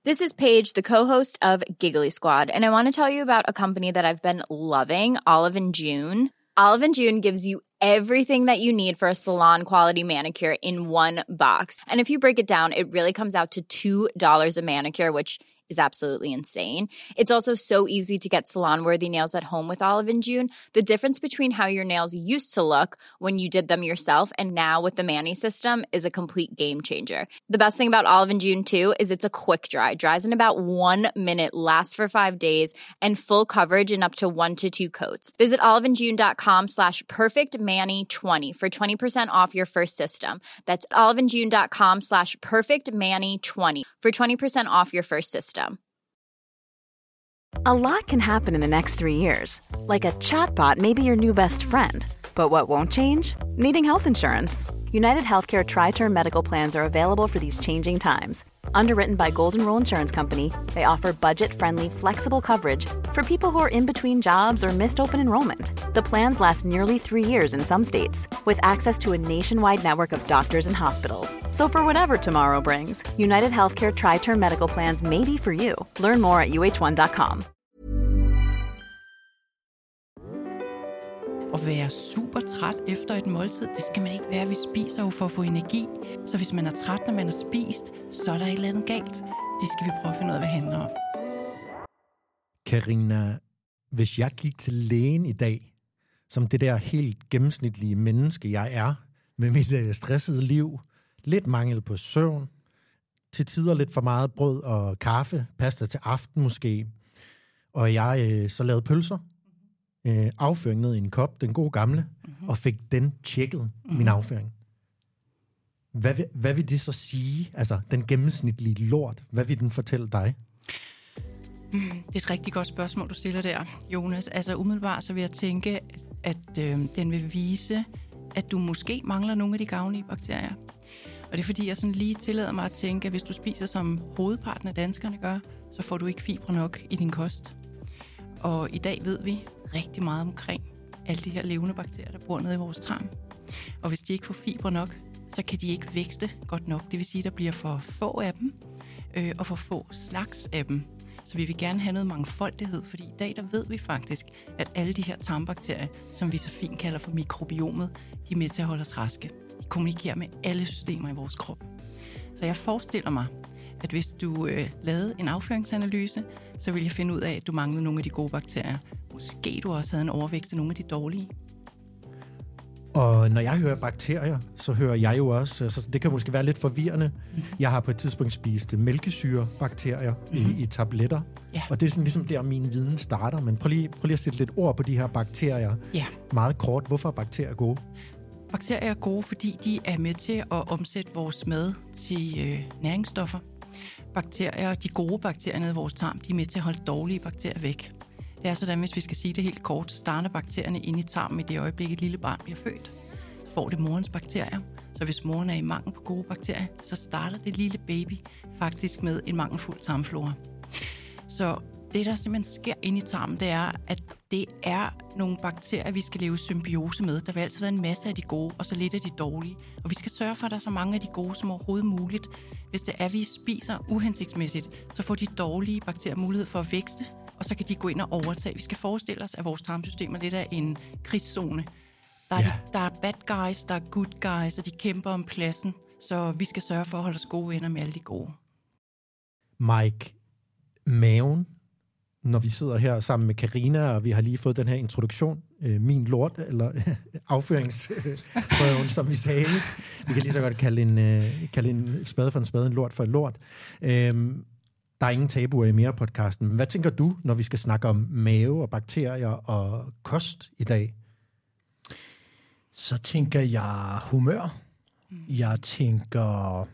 This is Paige, the co-host of Giggly Squad, and I want to tell you about a company that I've been loving, Olive & June. Olive & June gives you everything that you need for a salon-quality manicure in one box. And if you break it down, it really comes out to $2 a manicure, which is absolutely insane. It's also so easy to get salon-worthy nails at home with Olive & June. The difference between how your nails used to look when you did them yourself and now with the Mani system is a complete game changer. The best thing about Olive & June, too, is it's a quick dry. Dries in about 1 minute, lasts for 5 days, and full coverage in up to 1 to 2 coats. Visit oliveandjune.com/perfectmani20 for 20% off your first system. That's oliveandjune.com/perfectmani20 for 20% off your first system. A lot can happen in the next 3 years. Like a chatbot may be your new best friend. But what won't change? Needing health insurance. United Healthcare Tri-Term Medical Plans are available for these changing times. Underwritten by Golden Rule Insurance Company, they offer budget-friendly, flexible coverage for people who are in between jobs or missed open enrollment. The plans last nearly 3 years in some states, with access to a nationwide network of doctors and hospitals. So for whatever tomorrow brings, United Healthcare Tri-Term Medical Plans may be for you. Learn more at uh1.com. At være super træt efter et måltid, det skal man ikke være. Vi spiser jo for at få energi. Så hvis man er træt, når man har spist, så er der et eller andet galt. Det skal vi prøve at finde ud af, hvad det handler om. Karina, hvis jeg gik til lægen i dag, som det der helt gennemsnitlige menneske, jeg er, med mit stressede liv, lidt mangel på søvn, til tider lidt for meget brød og kaffe, pasta til aften måske, og jeg så lavede pølser, afføring ned i en kop, den gode gamle, og fik den tjekket, min afføring. Hvad vil det så sige? Altså, den gennemsnitlige lort, hvad vil den fortælle dig? Det er et rigtig godt spørgsmål, du stiller der, Jonas. Altså, umiddelbart så vil jeg tænke, at den vil vise, at du måske mangler nogle af de gavnlige bakterier. Og det er fordi, jeg sådan lige tillader mig at tænke, at hvis du spiser som hovedparten af danskerne gør, så får du ikke fibre nok i din kost. Og i dag ved vi rigtig meget omkring alle de her levende bakterier, der bor nede i vores tarm. Og hvis de ikke får fibre nok, så kan de ikke vækste godt nok. Det vil sige, at der bliver for få af dem, og for få slags af dem. Så vi vil gerne have noget mangfoldighed, fordi i dag der ved vi faktisk, at alle de her tarmbakterier, som vi så fint kalder for mikrobiomet, de er med til at holde os raske. De kommunikerer med alle systemer i vores krop. Så jeg forestiller mig, at hvis du lavede en afføringsanalyse, så ville jeg finde ud af, at du manglede nogle af de gode bakterier. Måske du også havde en overvægt af nogle af de dårlige. Og når jeg hører bakterier, så hører jeg jo også, så det kan måske være lidt forvirrende. Jeg har på et tidspunkt spist mælkesyrebakterier i tabletter, og det er sådan ligesom der, min viden starter. Men prøv lige at sætte lidt ord på de her bakterier. Ja. Meget kort, hvorfor er bakterier gode? Bakterier er gode, fordi de er med til at omsætte vores mad til næringsstoffer. Bakterier, de gode bakterier nede i vores tarm, de er med til at holde dårlige bakterier væk. Det er sådan, hvis vi skal sige det helt kort, så starter bakterierne inde i tarmen i det øjeblik, et lille barn bliver født. Så får det morens bakterier. Så hvis moren er i mangel på gode bakterier, så starter det lille baby faktisk med en mangelfuld tarmflora. Så det, der simpelthen sker inde i tarmen, det er, at det er nogle bakterier, vi skal leve i symbiose med. Der vil altid være en masse af de gode, og så lidt af de dårlige. Og vi skal sørge for, at der er så mange af de gode som overhovedet muligt. Hvis det er, at vi spiser uhensigtsmæssigt, så får de dårlige bakterier mulighed for at vækste, og så kan de gå ind og overtage. Vi skal forestille os, at vores tarmsystem er lidt af en krigszone. Der er bad guys, der er good guys, og de kæmper om pladsen. Så vi skal sørge for at holde os gode venner med alle de gode. Mike, maven, når vi sidder her sammen med Karina, og vi har lige fået den her introduktion, min lort, eller afføringsprøven, som vi sagde. Vi kan lige så godt kalde en spade for en spade, en lort for en lort. Der er ingen tabuer i mere podcasten. Men hvad tænker du, når vi skal snakke om mave og bakterier og kost i dag? Så tænker jeg humør. Jeg tænker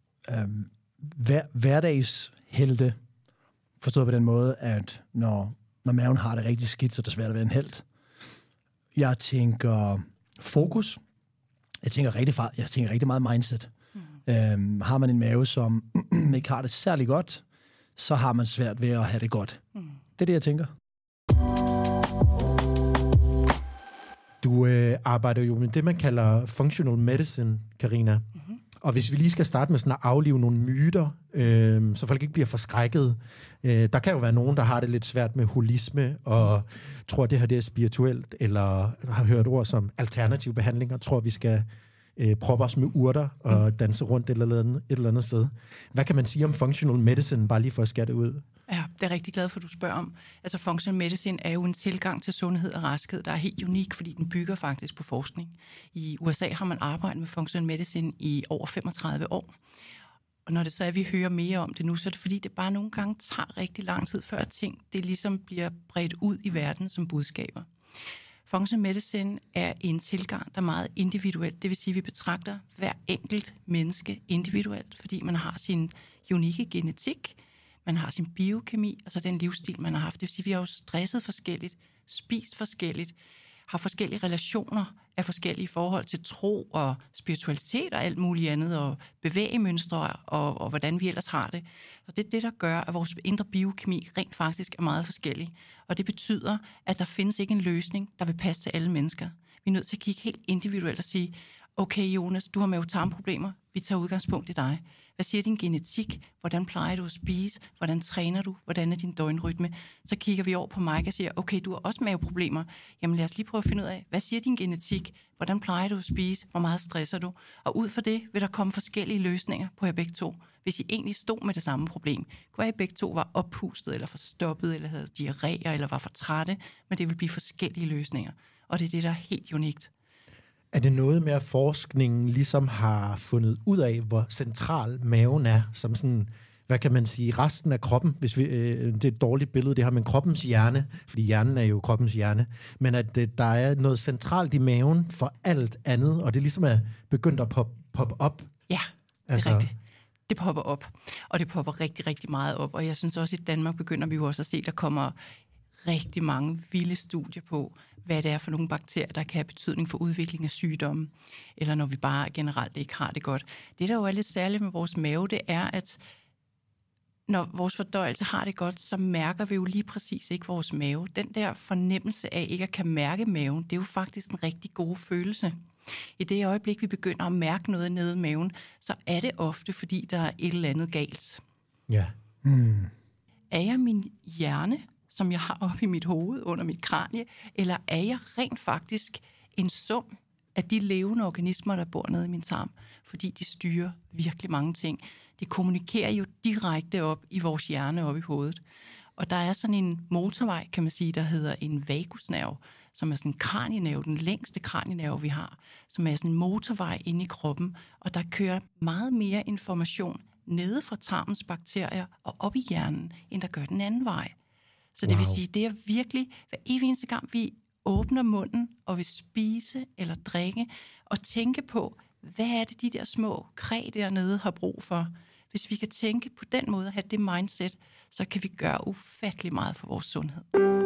hverdagshelte. Forstået på den måde, at når maven har det rigtig skidt, så er det svært at være en helt. Jeg tænker fokus. Jeg tænker rigtig meget mindset. Har man en mave, som ikke har det særlig godt, så har man svært ved at have det godt. Det er det, jeg tænker. Du arbejder jo med det, man kalder functional medicine, Karina. Og hvis vi lige skal starte med sådan at aflive nogle myter, så folk ikke bliver forskrækket. Der kan jo være nogen, der har det lidt svært med holisme, og tror, det her det er spirituelt, eller har hørt ord som alternativ behandling, og tror, vi skal proppe os med urter og danse rundt et eller andet sted. Hvad kan man sige om functional medicine, bare lige for at skære det ud? Ja, det er rigtig glad for, at du spørger om. Altså, functional medicine er jo en tilgang til sundhed og raskhed, der er helt unik, fordi den bygger faktisk på forskning. I USA har man arbejdet med functional medicine i over 35 år. Og når det så er, at vi hører mere om det nu, så er det fordi, det bare nogle gange tager rigtig lang tid, før ting det ligesom bliver bredt ud i verden som budskaber. Functional medicine er en tilgang, der er meget individuelt. Det vil sige, at vi betragter hver enkelt menneske individuelt, fordi man har sin unikke genetik, man har sin biokemi, altså den livsstil, man har haft. Det vil sige, at vi har jo stresset forskelligt, spist forskelligt, har forskellige relationer af forskellige forhold til tro og spiritualitet og alt muligt andet, og bevægemønstre og hvordan vi ellers har det. Og det er det, der gør, at vores indre biokemi rent faktisk er meget forskellig. Og det betyder, at der findes ikke en løsning, der vil passe til alle mennesker. Vi er nødt til at kigge helt individuelt og sige, okay Jonas, du har mavetarmproblemer, vi tager udgangspunkt i dig. Hvad siger din genetik? Hvordan plejer du at spise? Hvordan træner du? Hvordan er din døgnrytme? Så kigger vi over på mig og siger, okay, du har også maveproblemer. Jamen lad os lige prøve at finde ud af, hvad siger din genetik? Hvordan plejer du at spise? Hvor meget stresser du? Og ud fra det vil der komme forskellige løsninger på jer begge to. Hvis I egentlig stod med det samme problem. Kunne I begge to var oppustet, eller forstoppet, eller havde diarréer, eller var for trætte, men det vil blive forskellige løsninger. Og det er det, der er helt unikt. Er det noget med, at forskningen ligesom har fundet ud af, hvor central maven er, som sådan, hvad kan man sige, resten af kroppen, hvis vi, det er et dårligt billede, det har med kroppens hjerne, fordi hjernen er jo kroppens hjerne, men at der er noget centralt i maven for alt andet, og det ligesom er begyndt at poppe op. Ja, det er rigtigt. Det popper op, og det popper rigtig, rigtig meget op, og jeg synes også, at i Danmark begynder vi jo også at se, at der kommer rigtig mange vilde studier på, hvad det er for nogle bakterier, der kan have betydning for udvikling af sygdomme, eller når vi bare generelt ikke har det godt. Det, der jo er lidt særligt med vores mave, det er, at når vores fordøjelse har det godt, så mærker vi jo lige præcis ikke vores mave. Den der fornemmelse af ikke at kan mærke maven, det er jo faktisk en rigtig god følelse. I det øjeblik, vi begynder at mærke noget nede i maven, så er det ofte, fordi der er et eller andet galt. Ja. Er jeg min hjerne, som jeg har oppe i mit hoved, under mit kranie, eller er jeg rent faktisk en sum af de levende organismer, der bor nede i min tarm, fordi de styrer virkelig mange ting. De kommunikerer jo direkte op i vores hjerne op i hovedet. Og der er sådan en motorvej, kan man sige, der hedder en vagusnerve, som er sådan en kranienerve, den længste kranienerve, vi har, som er sådan en motorvej inde i kroppen, og der kører meget mere information nede fra tarmens bakterier og op i hjernen, end der gør den anden vej. Så det vil sige, det er virkelig, hver evig eneste gang, vi åbner munden og vil spise eller drikke, og tænke på, hvad er det, de der små kræ dernede har brug for. Hvis vi kan tænke på den måde og have det mindset, så kan vi gøre ufattelig meget for vores sundhed.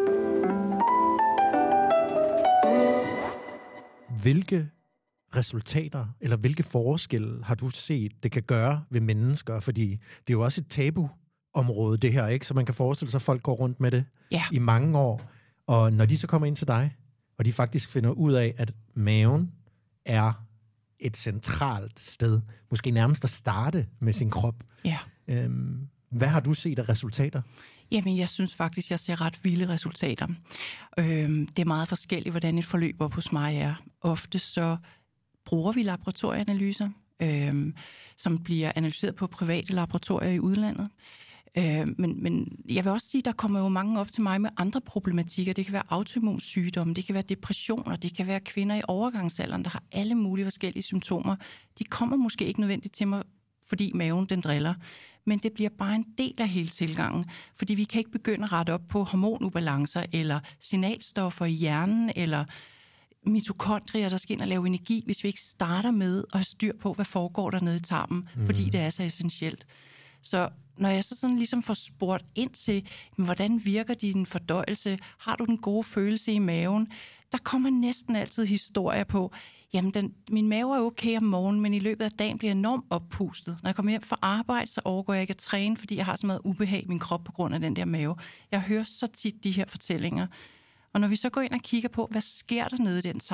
Hvilke resultater, eller hvilke forskelle har du set, det kan gøre ved mennesker? Fordi det er jo også et tabuområde, det her, ikke? Så man kan forestille sig, at folk går rundt med det i mange år. Og når de så kommer ind til dig, og de faktisk finder ud af, at maven er et centralt sted, måske nærmest at starte med sin krop. Ja. Hvad har du set af resultater? Jamen, jeg synes faktisk, jeg ser ret vilde resultater. Det er meget forskelligt, hvordan et forløb op hos mig er. Ofte så bruger vi laboratorieanalyser, som bliver analyseret på private laboratorier i udlandet. Men jeg vil også sige, at der kommer jo mange op til mig med andre problematikker. Det kan være autoimmunsygdomme, det kan være depressioner, det kan være kvinder i overgangsalderen, der har alle mulige forskellige symptomer. De kommer måske ikke nødvendigt til mig, fordi maven den driller, men det bliver bare en del af hele tilgangen, fordi vi kan ikke begynde at rette op på hormonubalancer, eller signalstoffer i hjernen, eller mitokondrier, der skal ind og lave energi, hvis vi ikke starter med at have styr på, hvad foregår der nede i tarmen, fordi det er så essentielt. Så når jeg så sådan ligesom får spurgt ind til, hvordan virker din fordøjelse, har du den gode følelse i maven, der kommer næsten altid historier på, jamen min mave er okay om morgenen, men i løbet af dagen bliver jeg enormt oppustet. Når jeg kommer hjem fra arbejde, så overgår jeg ikke at træne, fordi jeg har så meget ubehag i min krop på grund af den der mave. Jeg hører så tit de her fortællinger. Og når vi så går ind og kigger på, hvad sker der nede i den tarm,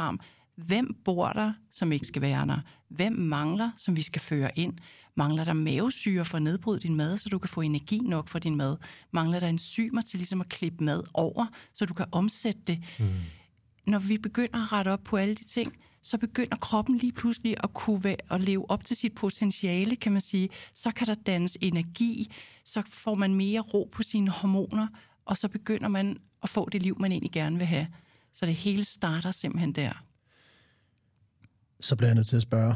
Hvem bor der, som ikke skal være der? Hvem mangler, som vi skal føre ind? Mangler der mavesyre for at nedbryde din mad, så du kan få energi nok for din mad? Mangler der enzymer til ligesom at klippe mad over, så du kan omsætte det? Når vi begynder at rette op på alle de ting, så begynder kroppen lige pludselig at kunne at leve op til sit potentiale, kan man sige. Så kan der dannes energi, så får man mere ro på sine hormoner, og så begynder man at få det liv, man egentlig gerne vil have. Så det hele starter simpelthen der. Så bliver jeg nødt til at spørge.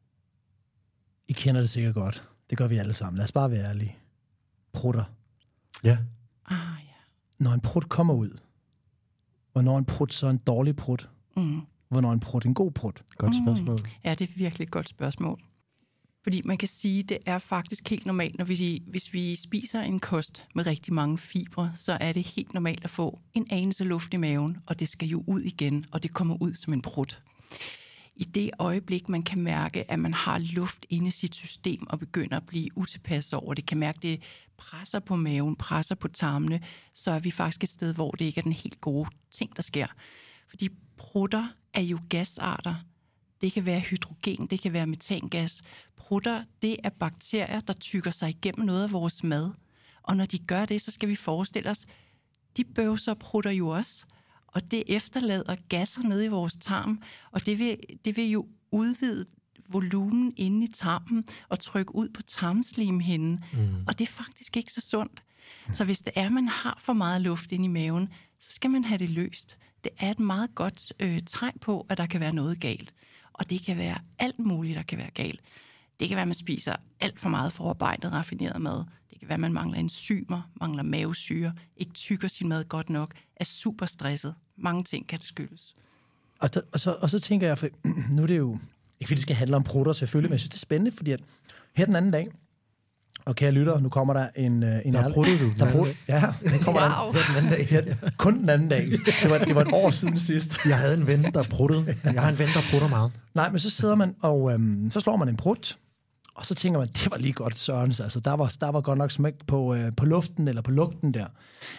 I kender det sikkert godt. Det gør vi alle sammen. Lad os bare være ærlige. Prutter. Ja. Ja. Når en prut kommer ud, hvornår en prut så en dårlig prut? Hvornår en prut en god prut? Godt spørgsmål. Ja, det er virkelig et godt spørgsmål. Fordi man kan sige, at det er faktisk helt normalt, hvis vi spiser en kost med rigtig mange fibre, så er det helt normalt at få en anelse luft i maven, og det skal jo ud igen, og det kommer ud som en prut. I det øjeblik, man kan mærke, at man har luft inde i sit system og begynder at blive utilpas over det, kan mærke, at det presser på maven, presser på tarmene, så er vi faktisk et sted, hvor det ikke er den helt gode ting, der sker. Fordi prutter er jo gasarter. Det kan være hydrogen, det kan være metangas. Prutter, det er bakterier, der tykker sig igennem noget af vores mad. Og når de gør det, så skal vi forestille os, de bøvser prutter jo også. Og det efterlader gasser nede i vores tarm, og det vil jo udvide volumen inde i tarmen og trykke ud på tarmslimhinden. Og det er faktisk ikke så sundt. Så hvis det er, man har for meget luft inde i maven, så skal man have det løst. Det er et meget godt tegn på, at der kan være noget galt. Og det kan være alt muligt, der kan være galt. Det kan være, at man spiser alt for meget forarbejdet, raffineret mad. Det kan være, at man mangler enzymer, mangler mavesyre, ikke tykker sin mad godt nok, er super stresset. Mange ting kan det skyldes. Og så tænker jeg, for nu er det jo, ikke fordi det skal handle om prutter selvfølgelig, men jeg synes, det er spændende, fordi at her den anden dag, og kære lytter, nu kommer der en Der pruttede du. Ja, det kommer der den anden dag. Her, kun den anden dag. Det var et år siden sidst. Jeg havde en ven, der pruttede. Jeg har en ven, der prutter meget. Nej, men så sidder man, og så slår man en prut, og så tænker man, det var lige godt Sørens. Altså, der var godt nok smæk på luften eller på lugten der.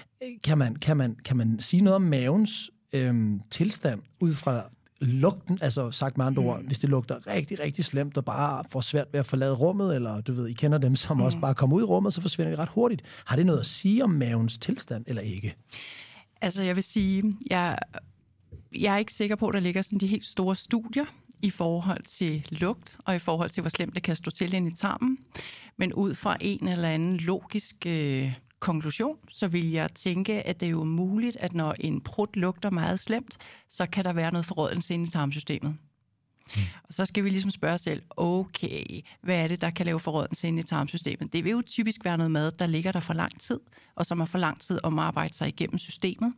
Kan man sige noget om mavens tilstand ud fra lugten, altså sagt med andre ord, hvis det lugter rigtig, rigtig slemt, og bare får svært ved at forlade rummet, eller du ved, I kender dem, som også bare kommer ud i rummet, så forsvinder det ret hurtigt. Har det noget at sige om mavens tilstand, eller ikke? Altså, jeg vil sige, jeg er ikke sikker på, at der ligger sådan de helt store studier i forhold til lugt, og i forhold til, hvor slemt det kan stå til ind i tarmen. Men ud fra en eller anden logisk konklusion, så vil jeg tænke, at det er jo muligt, at når en prut lugter meget slemt, så kan der være noget forrådnelse inde i tarmsystemet. Og så skal vi ligesom spørge os selv, okay, hvad er det, der kan lave forrådnelse inde i tarmsystemet? Det vil jo typisk være noget mad, der ligger der for lang tid, og som har for lang tid om at arbejde sig igennem systemet.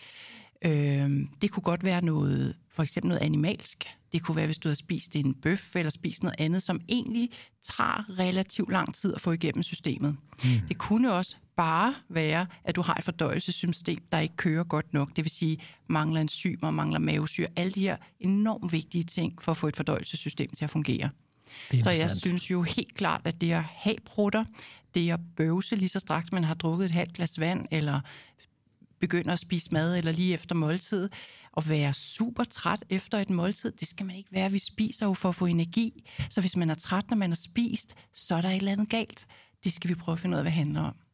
Det kunne godt være noget, for eksempel noget animalsk. Det kunne være, hvis du har spist en bøf eller spist noget andet, som egentlig tager relativt lang tid at få igennem systemet. Det kunne også bare være, at du har et fordøjelsessystem, der ikke kører godt nok. Det vil sige, mangler enzymer, mangler mavesyre. Alle de her enormt vigtige ting for at få et fordøjelsessystem til at fungere. Så jeg synes jo helt klart, at det at have prutter, det at bøvse lige så straks man har drukket et halvt glas vand, eller begynder at spise mad, eller lige efter måltid, og være super træt efter et måltid, det skal man ikke være. Vi spiser jo for at få energi. Så hvis man er træt, når man har spist, så er der et eller andet galt. Det skal vi prøve at finde ud af, hvad det handler om.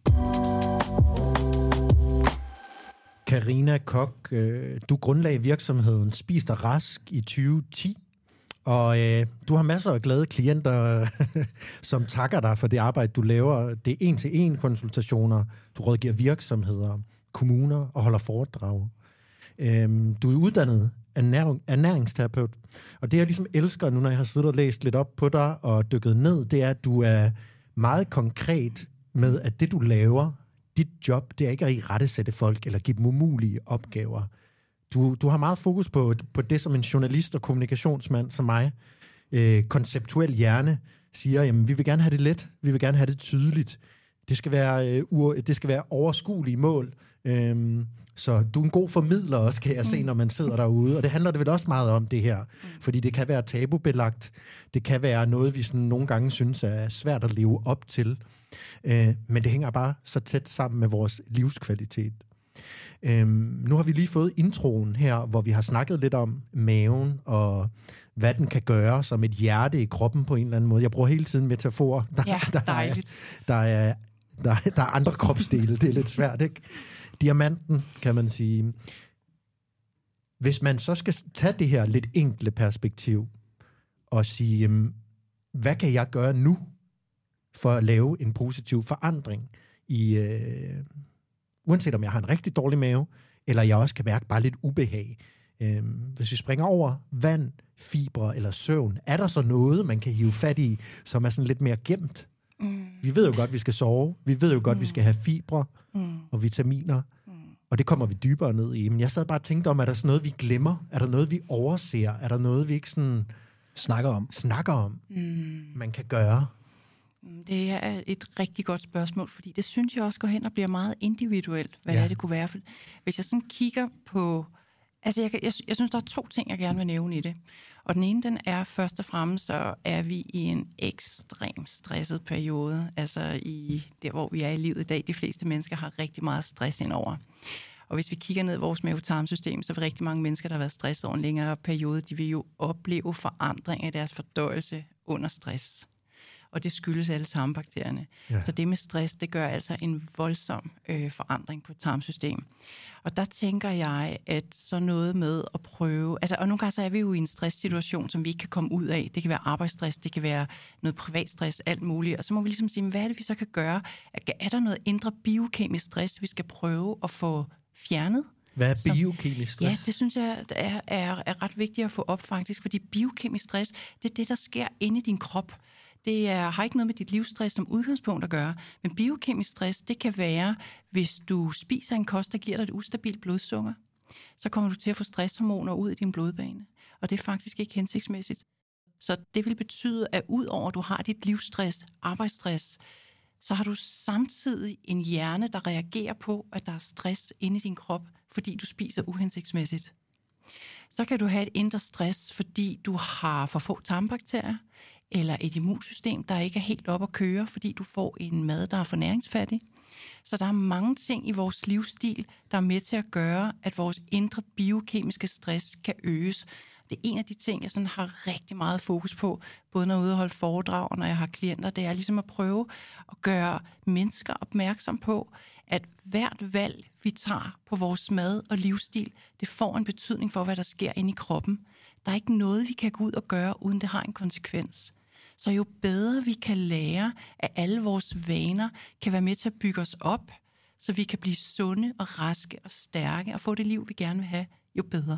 Carina Koch, du grundlagde virksomheden Spis dig rask i 2010, og du har masser af glade klienter, som takker dig for det arbejde, du laver. Det er en-til-en konsultationer, du rådgiver virksomheder, kommuner og holder foredrag. Du er uddannet ernæringsterapeut, og det jeg ligesom elsker nu, når jeg har siddet og læst lidt op på dig og dykket ned, det er, at du er meget konkret med, at det du laver, dit job, det er ikke at irettesætte folk eller give dem umulige opgaver. Du har meget fokus på det, som en journalist og kommunikationsmand som mig, konceptuel hjerne, siger, jamen vi vil gerne have det let, vi vil gerne have det tydeligt. Det skal være overskuelige mål. Så du er en god formidler også, kan jeg se, når man sidder derude. Og det handler det vel også meget om, det her. Fordi det kan være tabubelagt. Det kan være noget, vi sådan nogle gange synes er svært at leve op til. Men det hænger bare så tæt sammen med vores livskvalitet. Nu har vi lige fået introen her, hvor vi har snakket lidt om maven og hvad den kan gøre som et hjerte i kroppen på en eller anden måde. Jeg bruger hele tiden metaforer. Der er andre kropsdele. Det er lidt svært, ikke? Diamanten, kan man sige. Hvis man så skal tage det her lidt enkle perspektiv og sige, hvad kan jeg gøre nu for at lave en positiv forandring i uanset om jeg har en rigtig dårlig mave, eller jeg også kan mærke bare lidt ubehag. Hvis vi springer over vand, fibre eller søvn, er der så noget, man kan hive fat i, som er sådan lidt mere gemt? Vi ved jo godt, vi skal sove. Vi ved jo godt, vi skal have fibre og vitaminer. Og det kommer vi dybere ned i. Men jeg sad bare og tænkte om, er der sådan noget, vi glemmer? Er der noget, vi overser? Er der noget, vi ikke sådan snakker om man kan gøre? Det er et rigtig godt spørgsmål, fordi det synes jeg også går hen og bliver meget individuelt, hvad det kunne være. Hvis jeg sådan kigger på... Altså, jeg synes, der er 2 ting, jeg gerne vil nævne i det. Og den ene, den er først og fremmest, så er vi i en ekstremt stresset periode. Altså, der hvor vi er i livet i dag, de fleste mennesker har rigtig meget stress indover. Og hvis vi kigger ned i vores mavetarmsystem, så er rigtig mange mennesker, der har været stresset over en længere periode, de vil jo opleve forandring af deres fordøjelse under stress. Og det skyldes alle tarmbakterierne. Ja. Så det med stress, det gør altså en voldsom forandring på et tarmsystem. Og der tænker jeg, at så noget med at prøve... Altså, og nogle gange så er vi jo i en stresssituation, som vi ikke kan komme ud af. Det kan være arbejdsstress, det kan være noget privatstress, alt muligt. Og så må vi ligesom sige, hvad er det, vi så kan gøre? Er der noget indre biokemisk stress, vi skal prøve at få fjernet? Hvad er biokemisk stress? Ja, det synes jeg er ret vigtigt at få op faktisk, fordi biokemisk stress, det er det, der sker inde i din krop. Det har ikke noget med dit livsstress som udgangspunkt at gøre, men biokemisk stress, det kan være, hvis du spiser en kost, der giver dig et ustabilt blodsukker, så kommer du til at få stresshormoner ud i din blodbane, og det er faktisk ikke hensigtsmæssigt. Så det vil betyde, at udover at du har dit livsstress, arbejdsstress, så har du samtidig en hjerne, der reagerer på, at der er stress inde i din krop, fordi du spiser uhensigtsmæssigt. Så kan du have et indre stress, fordi du har for få tarmbakterier, eller et immunsystem, der ikke er helt op at køre, fordi du får en mad, der er for næringsfattig. Så der er mange ting i vores livsstil, der er med til at gøre, at vores indre biokemiske stress kan øges. Det er en af de ting, jeg sådan har rigtig meget fokus på, både når jeg er ude og holde foredrag, og når jeg har klienter, det er ligesom at prøve at gøre mennesker opmærksom på, at hvert valg, vi tager på vores mad og livsstil, det får en betydning for, hvad der sker inde i kroppen. Der er ikke noget, vi kan gå ud og gøre, uden det har en konsekvens. Så jo bedre vi kan lære, at alle vores vaner kan være med til at bygge os op, så vi kan blive sunde og raske og stærke og få det liv, vi gerne vil have, jo bedre.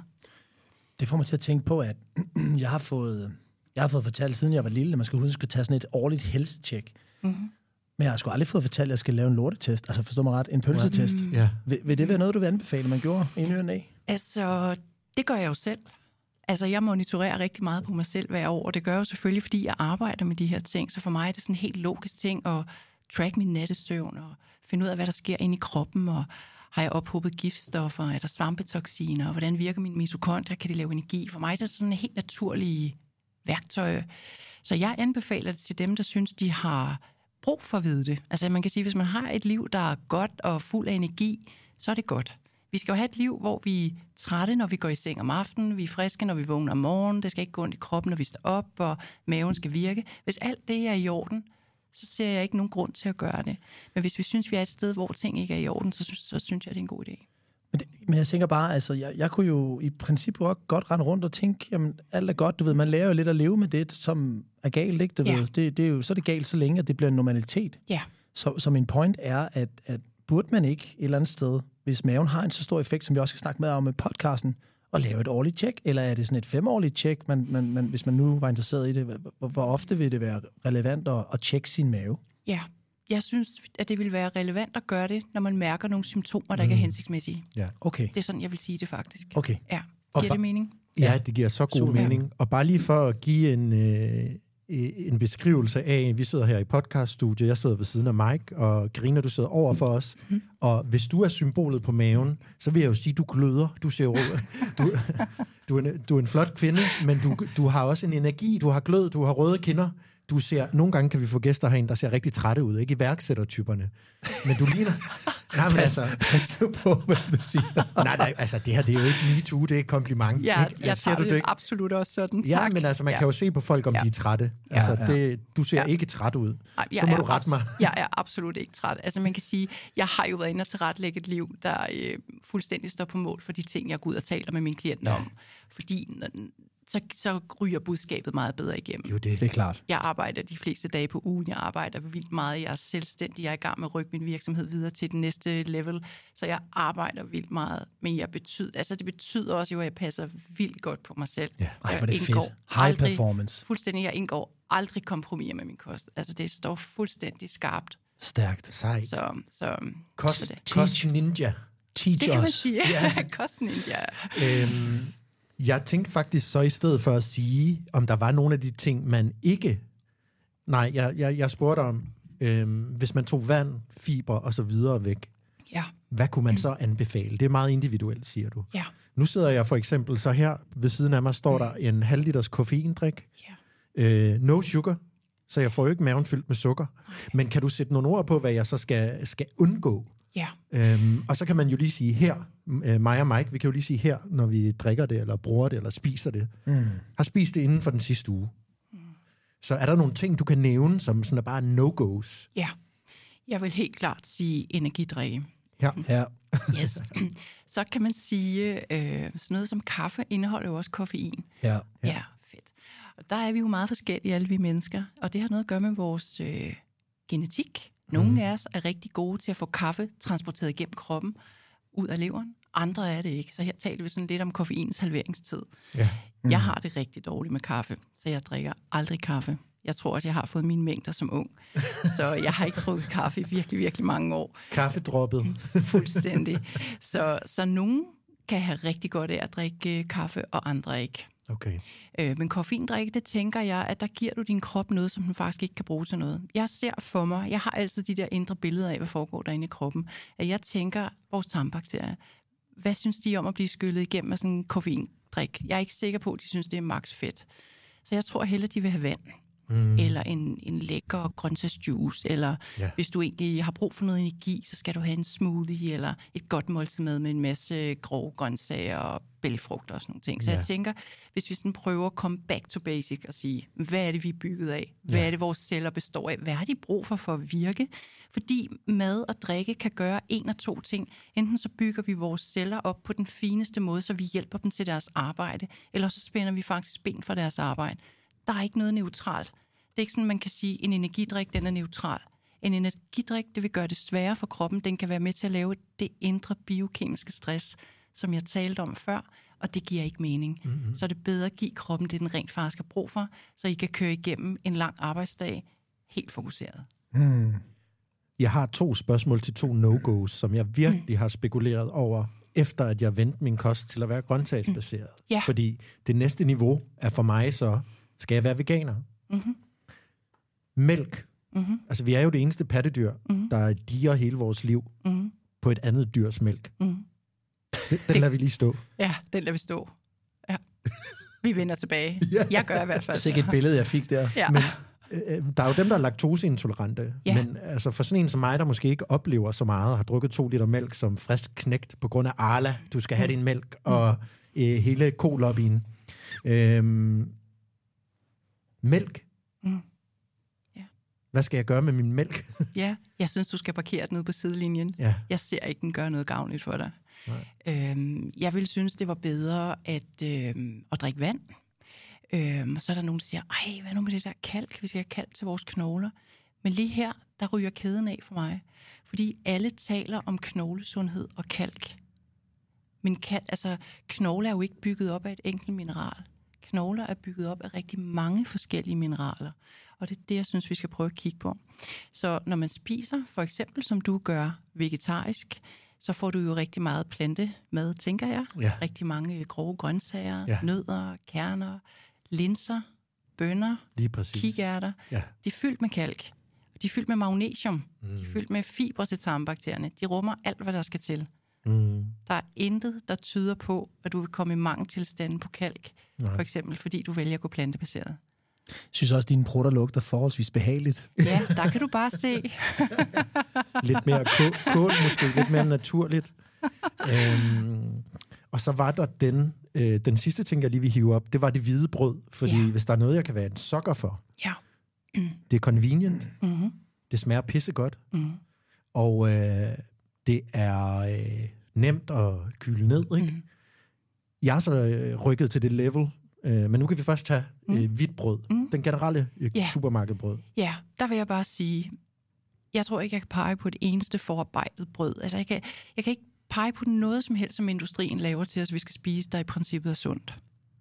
Det får mig til at tænke på, at jeg har fået fortalt, siden jeg var lille, at man skal huske at tage sådan et årligt helsetjek. Mm-hmm. Men jeg har sgu aldrig fået fortalt, at jeg skal lave en lortetest. Altså forstå mig ret, en pølsetest. Ja. Vil det være noget, du vil anbefale, man gjorde en øre af? Altså, det gør jeg jo selv. Altså, jeg monitorerer rigtig meget på mig selv hver år, og det gør jeg jo selvfølgelig, fordi jeg arbejder med de her ting. Så for mig er det sådan en helt logisk ting at track min nattesøvn og finde ud af, hvad der sker inde i kroppen, og har jeg ophobet giftstoffer, er der svampetoksiner, og hvordan virker min mitokondrier, kan de lave energi? For mig er det sådan en helt naturlig værktøj. Så jeg anbefaler det til dem, der synes, de har brug for at vide det. Altså man kan sige, hvis man har et liv, der er godt og fuld af energi, så er det godt. Vi skal jo have et liv, hvor vi er trætte, når vi går i seng om aftenen, vi er friske, når vi vågner om morgenen, det skal ikke gå ondt i kroppen, når vi står op, og maven skal virke. Hvis alt det er i orden, så ser jeg ikke nogen grund til at gøre det. Men hvis vi synes, vi er et sted, hvor ting ikke er i orden, så synes jeg, det er en god idé. Men jeg tænker bare, altså, jeg kunne jo i princippet godt rende rundt og tænke, jamen, alt er godt, du ved, man lærer jo lidt at leve med det, som er galt, ikke? Du ved, det er jo, så er det galt så længe, at det bliver en normalitet. Ja. Så min point er, at burde man ikke et eller andet sted, hvis maven har en så stor effekt, som vi også skal snakke med om med podcasten, og lave et årligt tjek, eller er det sådan et 5-årigt tjek, hvis man nu var interesseret i det, hvor ofte vil det være relevant at tjekke sin mave? Ja. Jeg synes, at det vil være relevant at gøre det, når man mærker nogle symptomer, der ikke er hensigtsmæssige. Ja. Okay. Det er sådan, jeg vil sige det faktisk. Okay. Ja. Giver det mening? Ja, det giver så god mening. Og bare lige for at give en beskrivelse af, vi sidder her i podcaststudiet, jeg sidder ved siden af Mike, og Karina, du sidder over for os. Mm. Og hvis du er symbolet på maven, så vil jeg jo sige, du gløder. Du ser jo, du er en flot kvinde, men du har også en energi, du har glød, du har røde kinder. Nogle gange kan vi få gæster herinde, der ser rigtig trætte ud, ikke iværksættertyperne. Men Nej, men altså... Pas på, hvad du siger. nej, altså det her, det er jo ikke MeToo, det er et kompliment. Ja, ikke? jeg tager det absolut også sådan. Ja, Tak. men altså, man kan jo se på folk, om de er trætte. Altså, du ser ikke træt ud. Ej, så må du rette mig. Jeg er absolut ikke træt. Altså, man kan sige, jeg har jo været inde og tilrettelægge et liv, der fuldstændig står på mål for de ting, jeg går ud og taler med mine klienter om. Fordi så ryger budskabet meget bedre igennem. Det er klart. Jeg arbejder de fleste dage på ugen. Jeg arbejder vildt meget. Jeg er selvstændig. Jeg er i gang med at rykke min virksomhed videre til den næste level. Så jeg arbejder vildt meget. Men det betyder også, at jeg passer vildt godt på mig selv. Ja. Ej, hvor det fedt. High performance. Fuldstændig. Jeg indgår aldrig kompromis med min kost. Altså, det står fuldstændig skarpt. Stærkt. Sejt. Så Kost ninja. Teach det kan man us. sige. Ja. Kost ninja. Jeg tænkte faktisk så i stedet for at sige, om der var nogle af de ting, man ikke... Nej, jeg spurgte om, hvis man tog vand, fiber og så videre væk, hvad kunne man så anbefale? Det er meget individuelt, siger du. Ja. Nu sidder jeg for eksempel så her, ved siden af mig står der en halvliters koffeindrik. No sugar, så jeg får jo ikke maven fyldt med sukker. Okay. Men kan du sætte nogle ord på, hvad jeg så skal undgå? Ja. Og så kan man jo lige sige her, mig og Mike, vi kan jo lige sige her, når vi drikker det, eller bruger det, eller spiser det. Har spist det inden for den sidste uge. Så er der nogle ting, du kan nævne, som sådan er bare no-go's? Ja. Jeg vil helt klart sige energidrikke. Ja. Yes. Så kan man sige, sådan noget som kaffe indeholder jo også koffein. Ja. Fedt. Og der er vi jo meget forskellige, alle vi mennesker. Og det har noget at gøre med vores genetik. Nogle af os er rigtig gode til at få kaffe transporteret igennem kroppen, ud af leveren. Andre er det ikke. Så her taler vi sådan lidt om koffeins halveringstid. Ja. Jeg har det rigtig dårligt med kaffe, så jeg drikker aldrig kaffe. Jeg tror, at jeg har fået mine mængder som ung. Så jeg har ikke drukket kaffe i virkelig, virkelig mange år. Kaffedroppet. Fuldstændig. Så nogen kan have rigtig godt af at drikke kaffe, og andre ikke. Okay. Men koffeindrikke, det tænker jeg, at der giver du din krop noget, som den faktisk ikke kan bruge til noget. Jeg ser for mig, jeg har altid de der indre billeder af, hvad foregår derinde i kroppen, at jeg tænker, vores tarmbakterier, hvad synes de om at blive skyllet igennem med sådan en koffeindrik? Jeg er ikke sikker på, at de synes, det er max fedt. Så jeg tror hellere, de vil have vand. Eller en lækker grøntsagsjuice, eller hvis du egentlig har brug for noget energi, så skal du have en smoothie, eller et godt måltid med en masse grove grøntsager og bælgfrugter og sådan nogle ting. Så jeg tænker, hvis vi sådan prøver at komme back to basic og sige, hvad er det, vi er bygget af? Hvad er det, vores celler består af? Hvad har de brug for at virke? Fordi mad og drikke kan gøre en af to ting. Enten så bygger vi vores celler op på den fineste måde, så vi hjælper dem til deres arbejde, eller så spænder vi faktisk ben for deres arbejde. Der er ikke noget neutralt. Det er ikke sådan, man kan sige, at en energidrik, den er neutral. En energidrik, det vil gøre det sværere for kroppen. Den kan være med til at lave det indre biokemiske stress, som jeg talte om før, og det giver ikke mening. Så er det bedre at give kroppen det, den rent faktisk har brug for, så I kan køre igennem en lang arbejdsdag helt fokuseret. Jeg har 2 spørgsmål til 2 no-go's, som jeg virkelig har spekuleret over, efter at jeg vendte min kost til at være grøntsagsbaseret. Fordi det næste niveau er for mig så, skal jeg være veganer? Mælk. Altså, vi er jo det eneste pattedyr, der diger hele vores liv på et andet dyrs mælk. Den lader vi lige stå. Ja, den lader vi stå. Ja. Vi vender tilbage. Jeg gør i hvert fald. Sikke et billede, jeg fik der. Ja. Men der er jo dem, der er laktoseintolerante. Men altså, for sådan en som mig, der måske ikke oplever så meget, har drukket 2 liter mælk som frisk knægt på grund af Arla. Du skal have din mælk og hele kolobbyen. Mælk. Hvad skal jeg gøre med min mælk? Jeg synes, du skal parkere den ude på sidelinjen. Jeg ser ikke, den gør noget gavnligt for dig. Jeg ville synes, det var bedre at drikke vand. Så er der nogen, der siger, ej, hvad nu med det der kalk? Vi skal have kalk til vores knogler. Men lige her, der ryger kæden af for mig. Fordi alle taler om knoglesundhed og kalk. Men knogler er jo ikke bygget op af et enkelt mineral. Knogler er bygget op af rigtig mange forskellige mineraler. Og det er det, jeg synes, vi skal prøve at kigge på. Så når man spiser, for eksempel som du gør vegetarisk, så får du jo rigtig meget plantemad, tænker jeg. Rigtig mange grove grøntsager, nødder, kerner, linser, bønner, kikærter. De er fyldt med kalk. De er fyldt med magnesium. De er fyldt med fibre til tarmbakterierne. De rummer alt, hvad der skal til. Der er intet, der tyder på, at du vil komme i mangeltilstanden på kalk. For eksempel, fordi du vælger at gå plantebaseret. Jeg synes også, at dine prutter lugter forholdsvis behageligt. Ja, der kan du bare se. Lidt mere kål, måske lidt mere naturligt. Og så var der den sidste ting, jeg lige vil hive op, det var det hvide brød. Fordi hvis der er noget, jeg kan være en sukker for, det er convenient, det smager pissegodt, og det er nemt at kyle ned, ikke? Jeg har så rykket til det level, men nu kan vi først tage hvidt brød. Den generelle supermarkedbrød. Ja, der vil jeg bare sige, jeg tror ikke, jeg kan pege på et eneste forarbejdet brød. Altså, jeg kan ikke pege på noget som helst, som industrien laver til os, vi skal spise, der i princippet er sundt.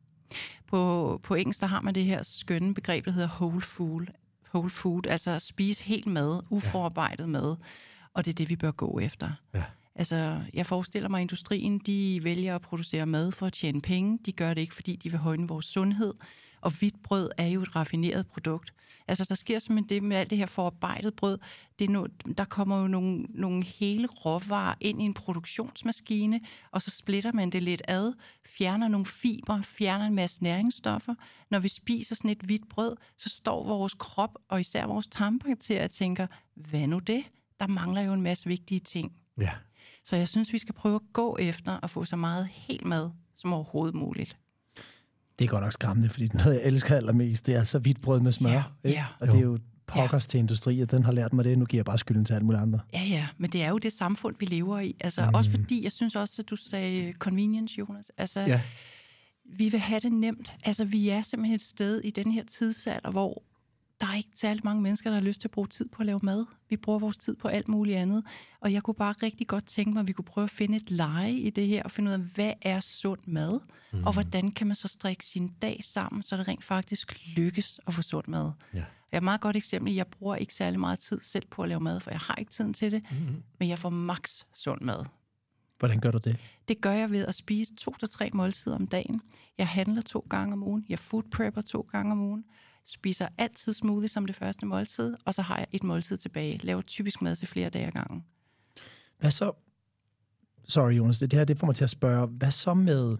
På engelsk, der har man det her skønne begreb, der hedder whole food, altså at spise helt mad, uforarbejdet mad, og det er det, vi bør gå efter. Ja. Altså, jeg forestiller mig, at industrien, de vælger at producere mad for at tjene penge. De gør det ikke, fordi de vil højne vores sundhed. Og hvidt brød er jo et raffineret produkt. Altså, der sker simpelthen det med alt det her forarbejdet brød. Der kommer jo nogle hele råvarer ind i en produktionsmaskine, og så splitter man det lidt ad, fjerner nogle fibre, fjerner en masse næringsstoffer. Når vi spiser sådan et hvidt brød, så står vores krop, og især vores tarmbakterier, og tænker, hvad nu det? Der mangler jo en masse vigtige ting. Ja. Så jeg synes, vi skal prøve at gå efter at få så meget helt mad som overhovedet muligt. Det er godt nok skræmmende, fordi noget, jeg elsker allermest, det er så hvidt brød med smør. Ja. Og det er jo pokkers til industri, og den har lært mig det. Nu giver jeg bare skylden til alle mulige andre. Ja, men det er jo det samfund, vi lever i. Altså, også fordi, jeg synes også, at du sagde convenience, Jonas. Altså, vi vil have det nemt. Altså, vi er simpelthen et sted i den her tidsalder, hvor der er ikke særlig mange mennesker, der har lyst til at bruge tid på at lave mad. Vi bruger vores tid på alt muligt andet. Og jeg kunne bare rigtig godt tænke mig, at vi kunne prøve at finde et leje i det her, og finde ud af, hvad er sund mad? Og hvordan kan man så strikke sin dag sammen, så det rent faktisk lykkes at få sund mad? Ja. Jeg har et meget godt eksempel. Jeg bruger ikke særlig meget tid selv på at lave mad, for jeg har ikke tiden til det. Men jeg får max sund mad. Hvordan gør du det? Det gør jeg ved at spise 2-3 måltider om dagen. Jeg handler 2 gange om ugen. Jeg food prepper 2 gange om ugen. Spiser altid smoothie som det første måltid, og så har jeg et måltid tilbage. Laver typisk mad til flere dage ad gangen. Hvad så? Sorry, Jonas, det her det får mig til at spørge, hvad så med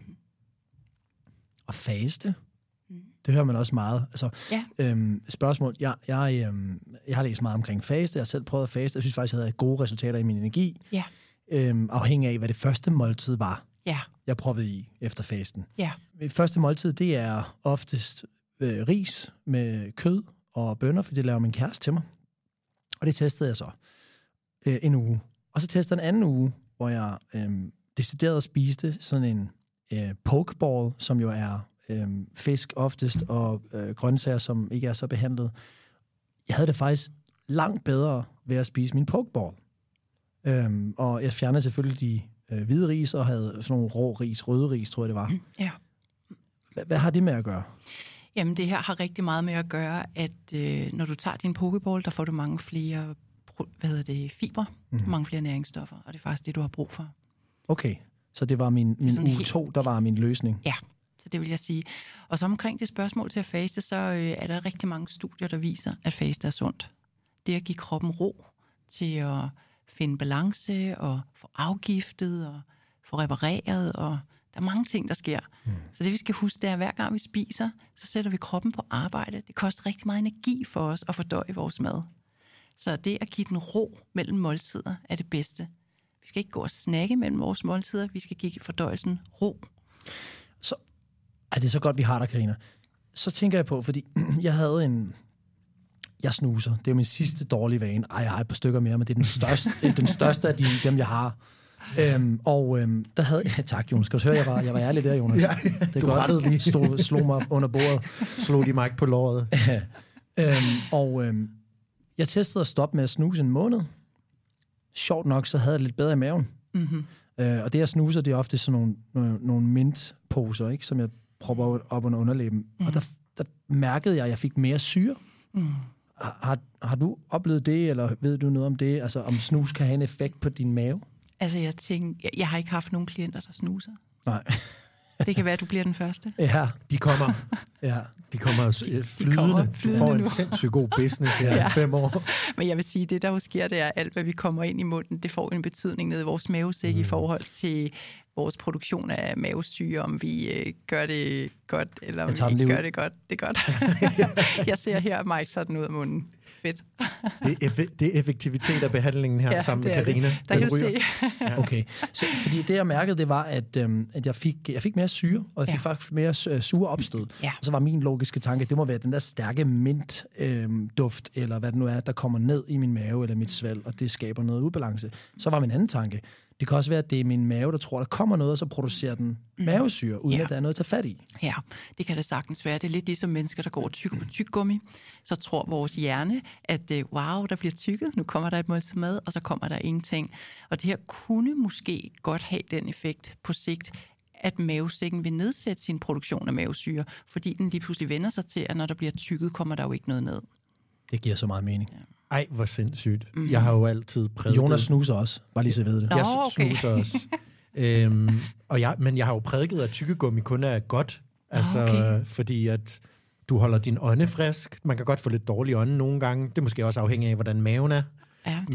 at faste? Det hører man også meget. Altså, spørgsmål. Jeg har læst meget omkring faste. Jeg har selv prøvet at faste. Jeg synes faktisk, jeg havde gode resultater i min energi. Ja. Afhængig af, hvad det første måltid var, jeg proppede i efter fasten. Ja. Det første måltid, det er oftest ris med kød og bønner, for det laver min kæreste til mig. Og det testede jeg så en uge. Og så testede en anden uge, hvor jeg decideret spiste sådan en pokeball, som jo er fisk oftest, og grøntsager, som ikke er så behandlet. Jeg havde det faktisk langt bedre ved at spise min pokeball. Og jeg fjernede selvfølgelig de hvide ris, og havde sådan nogle rå ris, røde ris, tror jeg det var. Ja. Hvad har det med at gøre? Jamen, det her har rigtig meget med at gøre, at når du tager din pokeball, der får du mange flere fiber, mange flere næringsstoffer, og det er faktisk det, du har brug for. Okay, så det var min uge 2, der var min løsning. Ja, så det vil jeg sige. Og så omkring det spørgsmål til at faste, så er der rigtig mange studier, der viser, at faste er sundt. Det at give kroppen ro til at finde balance og få afgiftet og få repareret, og der er mange ting, der sker. Så det, vi skal huske, det er, at hver gang vi spiser, så sætter vi kroppen på arbejde. Det koster rigtig meget energi for os at fordøje vores mad. Så det at give den ro mellem måltider er det bedste. Vi skal ikke gå og snakke mellem vores måltider. Vi skal give fordøjelsen ro. Så er det så godt, vi har der, Karina. Så tænker jeg på, fordi jeg snuser. Det er min sidste dårlige vane. Jeg har et par stykker mere, men det er den største af dem, jeg har. Der havde jeg... Tak, Jonas. Skal du høre, jeg var ærlig der, Jonas. Ja, det du rettede lige. Slog mig under bordet. Slog de mig ikke på låret. Jeg testede at stoppe med at snuse en måned. Sjovt nok, så havde jeg lidt bedre i maven. Og det, jeg snuser, det er ofte sådan nogle mintposer, ikke, som jeg propper op under underlæben. Og der mærkede jeg, at jeg fik mere syre. Har du oplevet det, eller ved du noget om det? Altså, om snus kan have en effekt på din mave? Altså, jeg har ikke haft nogen klienter, der snuser. Nej. Det kan være, at du bliver den første. Ja. De kommer flydende. Du får en sindssygt god business her i 5 år. Men jeg vil sige, det der jo sker, det er, alt hvad vi kommer ind i munden, det får en betydning nede i vores mavesæk i forhold til vores produktion af mavesyre, om vi gør det godt, eller om vi ikke gør det godt. Det er godt. Jeg ser her Mike sådan ud af munden. Fedt. Det er effektivitet af behandlingen her sammen med Karina. Der kan du se. Ja. Okay, så fordi det jeg mærkede, det var, at jeg fik mere syre, og jeg fik faktisk mere sure opstød. Ja. Og så var min logiske tanke, det må være den der stærke mint-duft, eller hvad det nu er, der kommer ned i min mave eller mit svalg, og det skaber noget ubalance. Så var min anden tanke, det kan også være, at det er min mave, der tror, der kommer noget, og så producerer den mavesyre, uden at der er noget at tage fat i. Ja, det kan det sagtens være. Det er lidt ligesom mennesker, der går og tykker på tyggegummi. Så tror vores hjerne, at wow, der bliver tykket, nu kommer der et måltid mad, og så kommer der ingenting. Og det her kunne måske godt have den effekt på sigt, at mavesækken vil nedsætte sin produktion af mavesyre, fordi den lige pludselig vender sig til, at når der bliver tykket, kommer der jo ikke noget ned. Det giver så meget mening. Ja. Ej, hvor sindssygt. Jeg har jo altid prædiket... Jonas snuser også, bare lige så ved det. Jeg snuser også. Men jeg har jo prædiket, at tykkegummi kun er godt. Altså, fordi at du holder din ånde frisk. Man kan godt få lidt dårlig ånde nogle gange. Det er måske også afhængig af, hvordan maven er. Ja,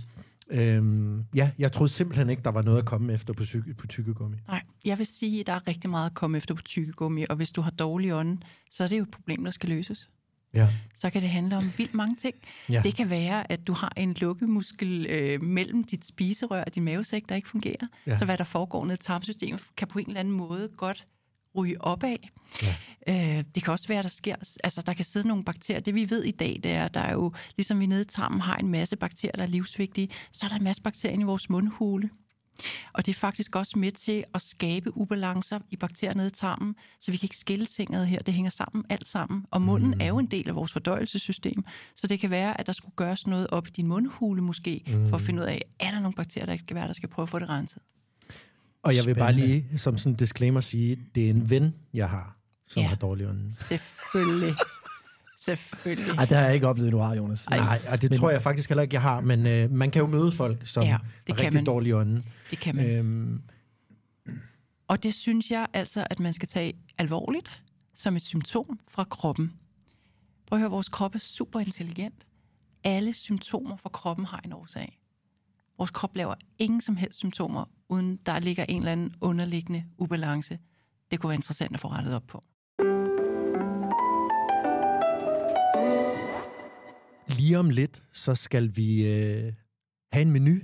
men jeg troede simpelthen ikke, der var noget at komme efter på tykkegummi. Nej, jeg vil sige, at der er rigtig meget at komme efter på tykkegummi, og hvis du har dårlig ånde, så er det jo et problem, der skal løses. Ja. Så kan det handle om vildt mange ting. Ja. Det kan være, at du har en lukkemuskel mellem dit spiserør og din mavesæk, der ikke fungerer. Ja. Så hvad der foregår ned i tarmsystemet, kan på en eller anden måde godt ryge opad. Ja. Det kan også være, der sker, altså der kan sidde nogle bakterier. Det vi ved i dag, det er, at der er jo, ligesom vi nede i tarmen har en masse bakterier, der er livsvigtige, så er der en masse bakterier i vores mundhule. Og det er faktisk også med til at skabe ubalancer i bakterier nede i tarmen, så vi kan ikke skille tingene her. Det hænger sammen, alt sammen. Og munden er jo en del af vores fordøjelsessystem, så det kan være, at der skulle gøres noget op i din mundhule måske, for at finde ud af, er der nogle bakterier, der ikke skal være, der skal prøve at få det renset. Og jeg vil bare lige som sådan en disclaimer sige, det er en ven, jeg har, som har dårlig ånde. Selvfølgelig. Selvfølgelig. Ej, det har jeg ikke oplevet, du har, Jonas. Nej, det tror jeg faktisk heller ikke, jeg har, men man kan jo møde folk, som har rigtig dårlig ånde. Det kan man. Og det synes jeg altså, at man skal tage alvorligt som et symptom fra kroppen. Prøv at høre, vores krop er super intelligent. Alle symptomer fra kroppen har en årsag. Vores krop laver ingen som helst symptomer, uden der ligger en eller anden underliggende ubalance. Det kunne være interessant at få rettet op på. Lige om lidt, så skal vi have en menu.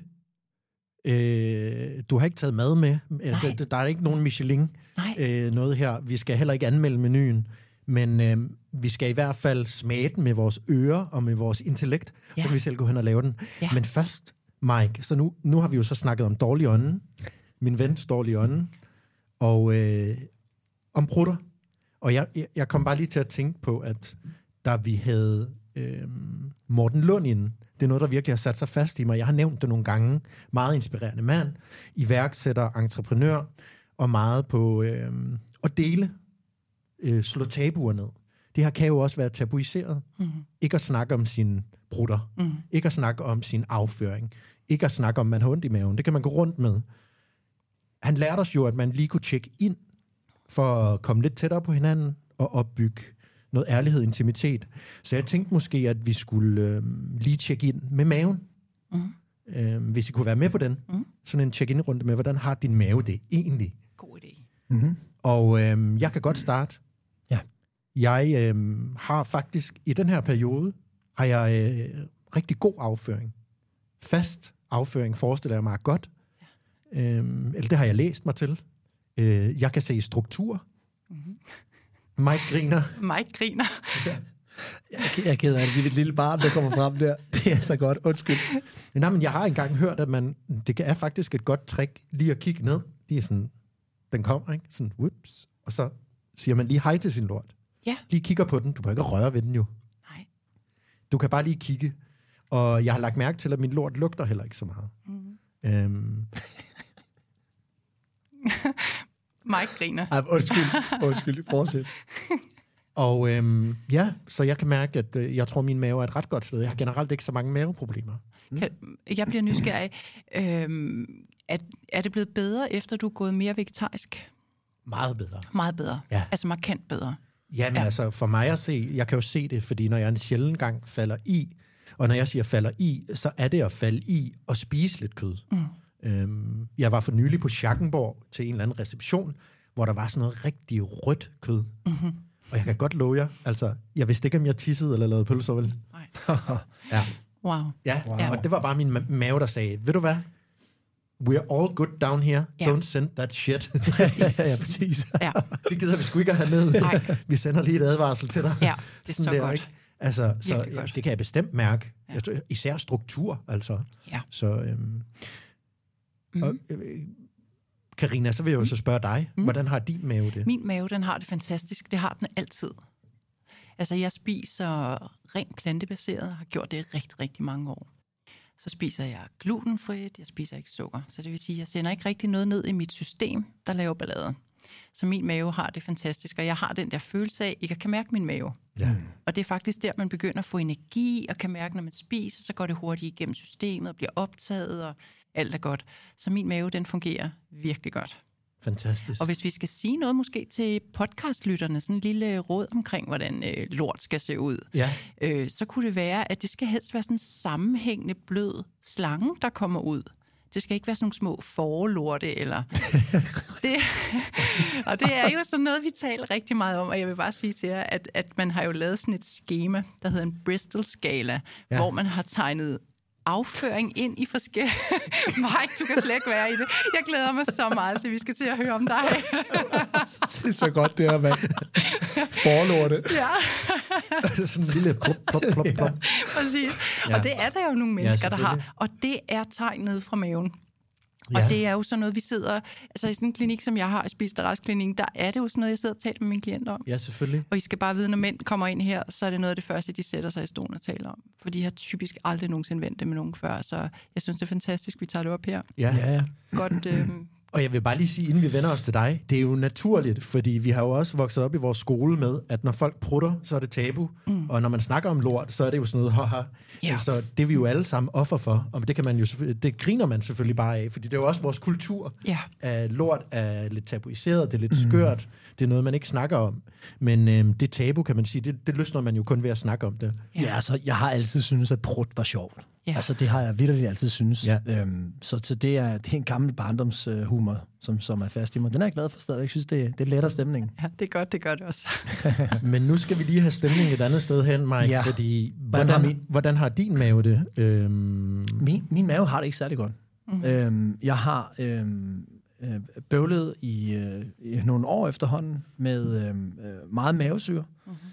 Du har ikke taget mad med. Der er ikke nogen Michelin noget her. Vi skal heller ikke anmelde menuen. Men vi skal i hvert fald smage den med vores ører og med vores intellekt. Så kan vi selv gå hen og lave den. Ja. Men først, Mike, så nu har vi jo så snakket om dårlig ånde. Min vens dårlige ånde. Og om prutter. Og jeg kom bare lige til at tænke på, at da vi havde Morten Lund inden, det er noget, der virkelig har sat sig fast i mig. Jeg har nævnt det nogle gange. Meget inspirerende mand, iværksætter, entreprenør, og meget på at dele, slå tabuer ned. Det her kan jo også være tabuiseret. Mm-hmm. Ikke at snakke om sine brutter. Mm-hmm. Ikke at snakke om sin afføring. Ikke at snakke om, man har ondt i maven. Det kan man gå rundt med. Han lærte os jo, at man lige kunne tjekke ind, for at komme lidt tættere på hinanden, og opbygge noget ærlighed, intimitet. Så jeg tænkte måske, at vi skulle lige tjekke ind med maven. Mm. Hvis I kunne være med på den. Mm. Sådan en check-in-runde med, hvordan har din mave det egentlig? God idé. Mm-hmm. Og jeg kan godt starte. Ja. Jeg har faktisk, i den her periode, har jeg rigtig god afføring. Fast afføring forestiller jeg mig godt. Ja. Eller det har jeg læst mig til. Jeg kan se struktur. Mm-hmm. Mike griner. Ja. Jeg er ked af det. Det er et lille barn, der kommer frem der. Det er så godt. Undskyld. Nej, men jeg har engang hørt, at det er faktisk et godt trick lige at kigge ned. Lige sådan, den kommer, ikke? Sådan, whoops. Og så siger man lige hej til sin lort. Ja. Lige kigger på den. Du kan ikke røre ved den jo. Nej. Du kan bare lige kigge. Og jeg har lagt mærke til, at min lort lugter heller ikke så meget. Mm. Mike griner. Undskyld. Fortsæt. Og så jeg kan mærke, at jeg tror, min mave er et ret godt sted. Jeg har generelt ikke så mange maveproblemer. Jeg bliver nysgerrig. Er det blevet bedre, efter du er gået mere vegetarisk? Meget bedre. Meget bedre. Ja. Altså markant bedre. Ja, men altså for mig at se, jeg kan jo se det, fordi når jeg en sjælden gang falder i, og når jeg siger falder i, så er det at falde i og spise lidt kød. Jeg var for nylig på Schackenborg til en eller anden reception, hvor der var sådan noget rigtig rødt kød. Mm-hmm. Og jeg kan godt love jer, altså, jeg vidste ikke, om jeg tissede eller lavede pølser, vel? Nej. Ja. Wow. Ja, og det var bare min mave, der sagde, ved du hvad? We're all good down here. Don't send that shit. Ja, præcis. Ja. Det gider vi sgu ikke at have med. Nej. Vi sender lige et advarsel til dig. Ja, det er sådan så der, godt. ikke? Altså, så godt. det kan jeg bestemt mærke. Ja. Især struktur, altså. Ja. Så, Karina, så vil jeg jo så spørge dig, hvordan har din mave det? Min mave, den har det fantastisk. Det har den altid. Altså, jeg spiser rent plantebaseret, har gjort det i rigtig, rigtig mange år. Så spiser jeg glutenfrit, jeg spiser ikke sukker. Så det vil sige, at jeg sender ikke rigtig noget ned i mit system, der laver ballade. Så min mave har det fantastisk, og jeg har den der følelse af, ikke at kan mærke min mave. Ja. Og det er faktisk der, man begynder at få energi, og kan mærke, når man spiser, så går det hurtigt igennem systemet, og bliver optaget, og alt er godt. Så min mave, den fungerer virkelig godt. Fantastisk. Og hvis vi skal sige noget måske til podcastlytterne, sådan en lille råd omkring, hvordan lort skal se ud, så kunne det være, at det skal helst være sådan en sammenhængende blød slange, der kommer ud. Det skal ikke være sådan nogle små forlorte, eller... Og det er jo sådan noget, vi taler rigtig meget om, og jeg vil bare sige til jer, at man har jo lavet sådan et skema, der hedder en Bristol-skala, hvor man har tegnet afføring ind i forskellige... Mike, du kan slet ikke være i det. Jeg glæder mig så meget, så vi skal til at høre om dig. Det er så godt, det her, mand. Forlorte. Ja. Sådan en lille plop, plop, plop, plop. Præcis. Ja. Og det er der jo nogle mennesker, der har. Og det er tegn ned fra maven. Og det er jo sådan noget, vi sidder... Altså i sådan en klinik, som jeg har, i Spis dig Rask-klinikken, der er det jo sådan noget, jeg sidder og taler med mine klienter om. Ja, selvfølgelig. Og I skal bare vide, når mænd kommer ind her, så er det noget af det første, de sætter sig i stolen og taler om. For de har typisk aldrig nogensinde vendt det med nogen før, så jeg synes, det er fantastisk, vi tager det op her. Ja. Godt... Og jeg vil bare lige sige, inden vi vender os til dig, det er jo naturligt, fordi vi har jo også vokset op i vores skole med, at når folk prutter, så er det tabu. Og når man snakker om lort, så er det jo sådan noget, haha. Ja. Så det er vi jo alle sammen offer for. Og det kan man jo det griner man selvfølgelig bare af, fordi det er jo også vores kultur. Ja. Lort er lidt tabuiseret, det er lidt skørt, det er noget, man ikke snakker om. Men det tabu, kan man sige, det løsner man jo kun ved at snakke om det. Ja, altså, jeg har altid syntes, at prut var sjovt. Ja. Altså, det har jeg virkelig altid synes. Ja. Så det er en gammel barndomshumor, som er fast i mig. Den er jeg glad for stadig. Jeg synes, det letter stemningen. Ja, det er godt, det gør det også. Men nu skal vi lige have stemningen et andet sted hen, Mike, fordi hvordan har din mave det? Min mave har det ikke særlig godt. Jeg har bøvlet i nogle år efterhånden med meget mavesyre.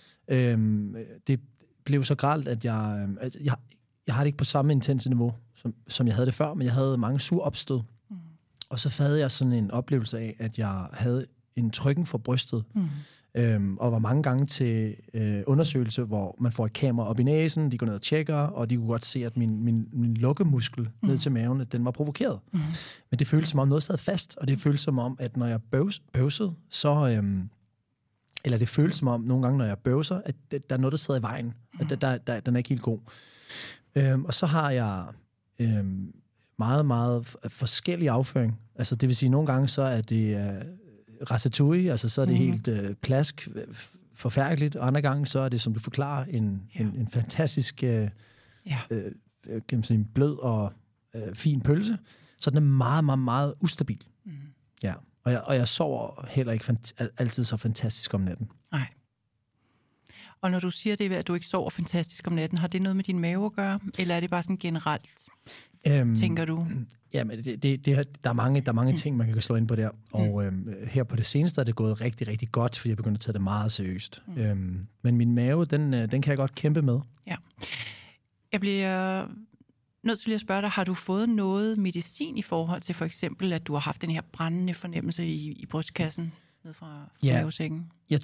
Det blev så grelt, at jeg har det ikke på samme intense niveau, som jeg havde det før, men jeg havde mange suropstød. Og så havde jeg sådan en oplevelse af, at jeg havde en trykken for brystet, og var mange gange til undersøgelse, hvor man får et kamera op i næsen, de går ned og tjekker, og de kunne godt se, at min lukkemuskel ned til maven, den var provokeret. Men det føltes som om noget sad fast, og det føltes som om, at når jeg bøvsede, så... eller det føles som om, nogle gange, når jeg bøvser, at der er noget, der sidder i vejen. At den er ikke helt god. Og så har jeg meget, meget forskellig afføring. Altså, det vil sige, nogle gange, så er det ratatouille, altså så er det helt plask, forfærdeligt. Og andre gange, så er det, som du forklarer, en fantastisk kan man sige, blød og fin pølse. Så den er meget, meget, meget ustabil. Ja. Og jeg sover heller ikke altid så fantastisk om natten. Nej. Og når du siger det, at du ikke sover fantastisk om natten, har det noget med din mave at gøre? Eller er det bare sådan generelt, tænker du? Jamen, der er mange ting, man kan slå ind på der. Og her på det seneste er det gået rigtig, rigtig godt, fordi jeg begynder at tage det meget seriøst. Men min mave, den kan jeg godt kæmpe med. Ja. Jeg bliver nødt til at spørge dig, har du fået noget medicin i forhold til for eksempel, at du har haft den her brændende fornemmelse i brystkassen ned fra mavesækken?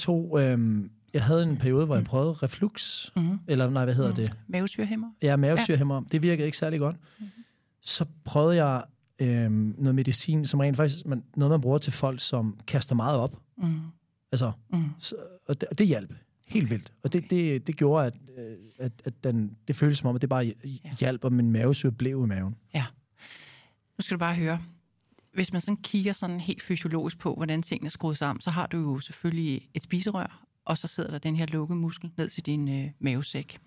Jeg havde en periode, hvor jeg prøvede reflux, eller nej, hvad hedder det? Mavesyrehæmmer? Ja, mavesyrehæmmer. Det virkede ikke særlig godt. Så prøvede jeg noget medicin, som rent faktisk noget, man bruger til folk, som kaster meget op. Altså, og det hjalp helt vildt. Og det gjorde, at det føltes som om, at det bare hjalp, og min mavesyre blev i maven. Ja. Nu skal du bare høre. hvis man sådan kigger sådan helt fysiologisk på, hvordan tingene er skruet sammen, så har du jo selvfølgelig et spiserør, og så sidder der den her lukkemuskel ned til din mavesæk.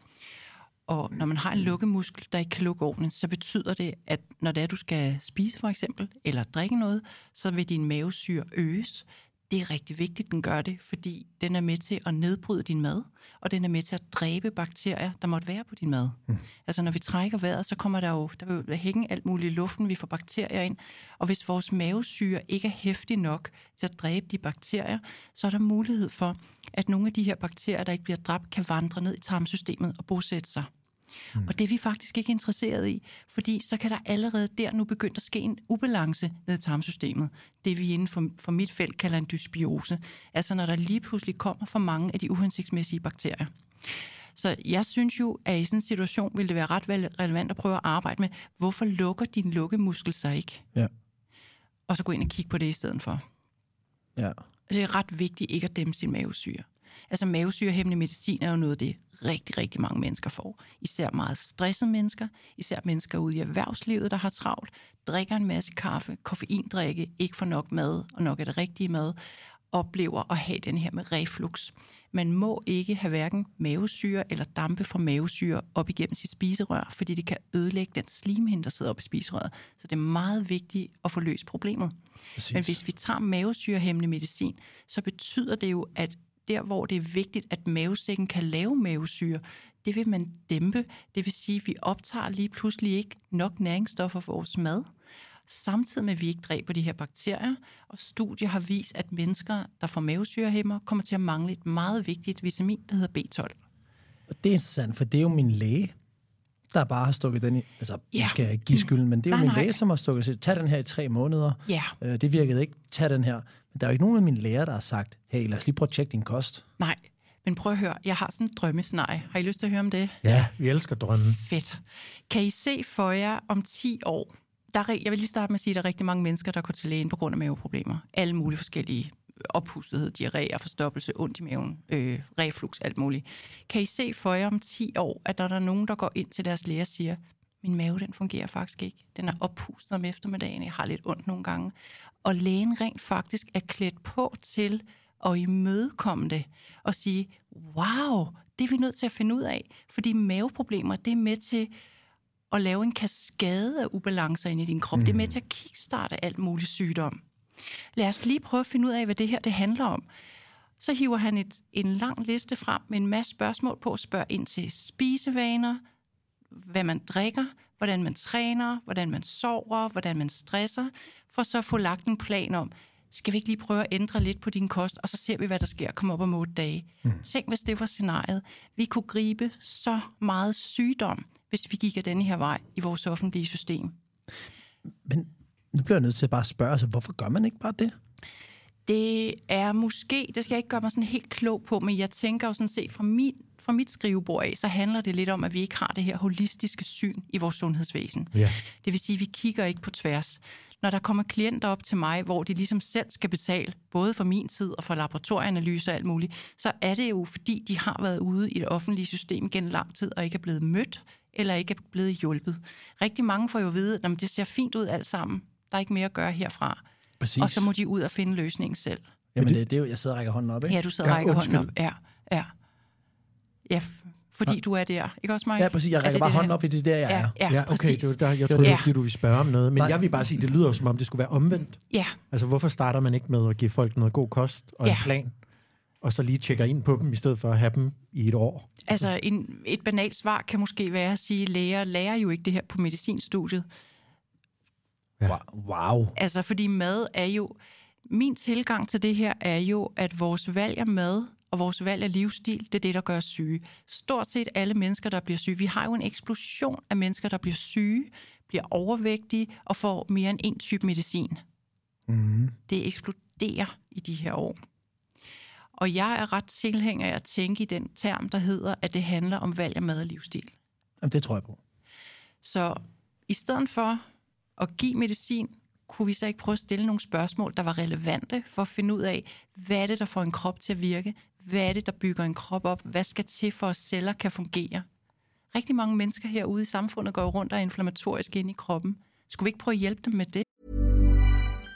Og når man har en lukkemuskel, der ikke kan lukke ordentligt, så betyder det, at når det er, du skal spise for eksempel, eller drikke noget, så vil din mavesyre øges. Det er rigtig vigtigt, den gør det, fordi den er med til at nedbryde din mad, og den er med til at dræbe bakterier, der måtte være på din mad. Altså når vi trækker vejret, så kommer der vil jo hænge alt muligt i luften, vi får bakterier ind, og hvis vores mavesyre ikke er heftig nok til at dræbe de bakterier, så er der mulighed for, at nogle af de her bakterier, der ikke bliver dræbt, kan vandre ned i tarmsystemet og bosætte sig. Og det er vi faktisk ikke interesseret i, fordi så kan der allerede der nu begynde at ske en ubalance ned i tarmsystemet. Det vi inden for mit felt kalder en dysbiose. Altså når der lige pludselig kommer for mange af de uhensigtsmæssige bakterier. Så jeg synes jo, at i sådan en situation vil det være ret relevant at prøve at arbejde med, hvorfor lukker din lukkemuskel sig ikke? Ja. Og så gå ind og kigge på det i stedet for. Ja. Det er ret vigtigt ikke at dæmpe sin mavesyre. Altså mavesyrehæmmende medicin er jo noget af det, rigtig, rigtig mange mennesker får. Især meget stressede mennesker, især mennesker ude i erhvervslivet, der har travlt, drikker en masse kaffe, koffeindrikke, ikke får nok mad, og nok er det rigtige mad, oplever at have den her med reflux. Man må ikke have hverken mavesyre eller dampe fra mavesyre op igennem sit spiserør, fordi det kan ødelægge den slimhinde, der sidder oppe i spiserøret. Så det er meget vigtigt at få løst problemet. Præcis. Men hvis vi tager mavesyrehæmmende medicin, så betyder det jo, at der, hvor det er vigtigt, at mavesækken kan lave mavesyre, det vil man dæmpe. Det vil sige, at vi optager lige pludselig ikke nok næringsstoffer for vores mad, samtidig med, at vi ikke dræber de her bakterier. Og studier har vist, at mennesker, der får mavesyrehæmmer, kommer til at mangle et meget vigtigt vitamin, der hedder B12. Og det er interessant, for det er jo min læge, der bare har stukket den i. Altså, nu skal jeg ikke give skylden, men det er jo min læge, som har stukket sig. Tag den her i 3 måneder. Ja. Det virkede ikke. Tag den her. Men der er jo ikke nogen af mine læger, der har sagt, hey, lad os lige prøve at tjekke din kost. Nej, men prøv at høre. Jeg har sådan en drømmescenarie. Har I lyst til at høre om det? Ja, vi elsker drømmen. Fedt. Kan I se for jer om 10 år? Jeg vil lige starte med at sige, at der er rigtig mange mennesker, der går til lægen på grund af maveproblemer. Alle mulige forskellige oppustethed, diarré, forstoppelse, ondt i maven, reflux, alt muligt. Kan I se for jer om 10 år, at der er nogen, der går ind til deres læge og siger, min mave, den fungerer faktisk ikke. Den er oppustet om eftermiddagen, jeg har lidt ondt nogle gange. Og lægen rent faktisk er klædt på til at imødekomme det og sige, wow, det er vi nødt til at finde ud af, fordi maveproblemer, det er med til at lave en kaskade af ubalancer ind i din krop. Det er med til at kickstarte alt muligt sygdom. Lad os lige prøve at finde ud af, hvad det her det handler om. Så hiver han en lang liste frem med en masse spørgsmål på at spørge ind til spisevaner, hvad man drikker, hvordan man træner, hvordan man sover, hvordan man stresser, for så at få lagt en plan om, skal vi ikke lige prøve at ændre lidt på din kost, og så ser vi, hvad der sker, komme op om 8 dage. Tænk, hvis det var scenariet. Vi kunne gribe så meget sygdom, hvis vi gik af denne her vej i vores offentlige system. Men nu bliver jeg nødt til at bare spørge, altså, hvorfor gør man ikke bare det? Det er måske, det skal jeg ikke gøre mig sådan helt klog på, men jeg tænker jo sådan set fra mit skrivebord af, så handler det lidt om, at vi ikke har det her holistiske syn i vores sundhedsvæsen. Ja. Det vil sige, at vi kigger ikke på tværs. Når der kommer klienter op til mig, hvor de ligesom selv skal betale, både for min tid og for laboratorieanalyser og alt muligt, så er det jo, fordi de har været ude i det offentlige system gennem lang tid, og ikke er blevet mødt, eller ikke er blevet hjulpet. Rigtig mange får jo at vide, at det ser fint ud alt sammen. Der er ikke mere at gøre herfra. Præcis. Og så må de ud og finde løsningen selv. Jamen det er jo, jeg sidder og rækker hånden op, ikke? Ja, du sidder og rækker hånden op. Ja, fordi du er der. Ikke også, Mike? Ja, præcis. Jeg rækker bare hånden op, i det der, jeg er. Ja, okay. Det var der, jeg troede, det var, fordi du ville spørge om noget. Men jeg vil bare sige, det lyder som om, det skulle være omvendt. Ja. Altså, hvorfor starter man ikke med at give folk noget god kost og en plan, og så lige tjekker ind på dem, i stedet for at have dem i et år? Altså, et banalt svar kan måske være at sige, at læger lærer jo ikke det her på medicinstudiet. Ja. Wow. Altså, fordi mad er jo... Min tilgang til det her er jo, at vores valg af mad og vores valg af livsstil, det er det, der gør os syge. Stort set alle mennesker, der bliver syge. Vi har jo en eksplosion af mennesker, der bliver syge, bliver overvægtige og får mere end en type medicin. Det eksploderer i de her år. Og jeg er ret tilhænger af at tænke i den term, der hedder, at det handler om valg af mad og livsstil. Jamen, det tror jeg på. Så i stedet for at give medicin, kunne vi så ikke prøve at stille nogle spørgsmål, der var relevante for at finde ud af, hvad er det, der får en krop til at virke? Hvad er det, der bygger en krop op? Hvad skal til for, at celler kan fungere? Rigtig mange mennesker herude i samfundet går rundt og er inflammatoriske inde i kroppen. Skulle vi ikke prøve at hjælpe dem med det?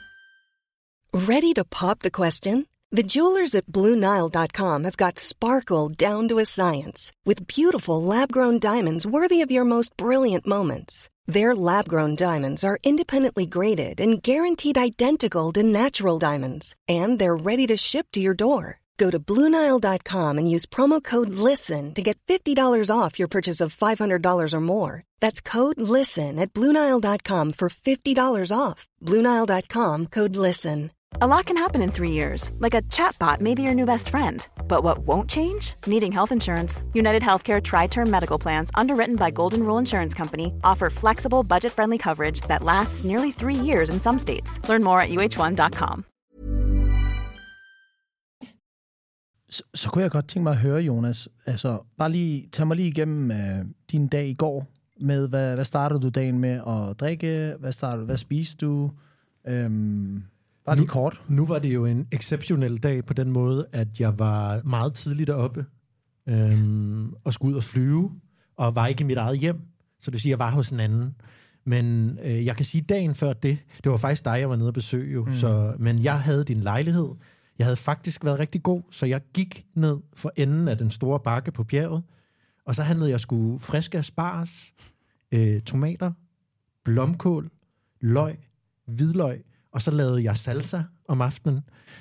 Ready to pop the question? The jewelers at BlueNile.com have got sparkle down to a science with beautiful lab-grown diamonds worthy of your most brilliant moments. Their lab-grown diamonds are independently graded and guaranteed identical to natural diamonds, and they're ready to ship to your door. Go to BlueNile.com and use promo code LISTEN to get $50 off your purchase of $500 or more. That's code LISTEN at BlueNile.com for $50 off. BlueNile.com, code LISTEN. A lot can happen in 3 years, like a chatbot may be your new best friend. But what won't change? Needing health insurance. United Healthcare Tri-Term Medical Plans, underwritten by Golden Rule Insurance Company, offer flexible, budget-friendly coverage that lasts nearly 3 years in some states. Learn more at uh1.com. Så kunne jeg godt tænke mig at høre, Jonas, altså bare lige, tag mig lige igennem din dag i går med, hvad startede du dagen med at drikke? Hvad spiste du? Bare lige kort. Nu var det jo en exceptionel dag på den måde, at jeg var meget tidligt oppe og skulle ud og flyve, og var ikke i mit eget hjem. Så det vil sige, at jeg var hos en anden. Men jeg kan sige, dagen før det var faktisk dig, jeg var nede og besøge jo. Men jeg havde din lejlighed. Jeg havde faktisk været rigtig god, så jeg gik ned for enden af den store bakke på bjerget, og så handlede jeg sgu friske asparges, tomater, blomkål, løg, hvidløg, og så lavede jeg salsa om aftenen.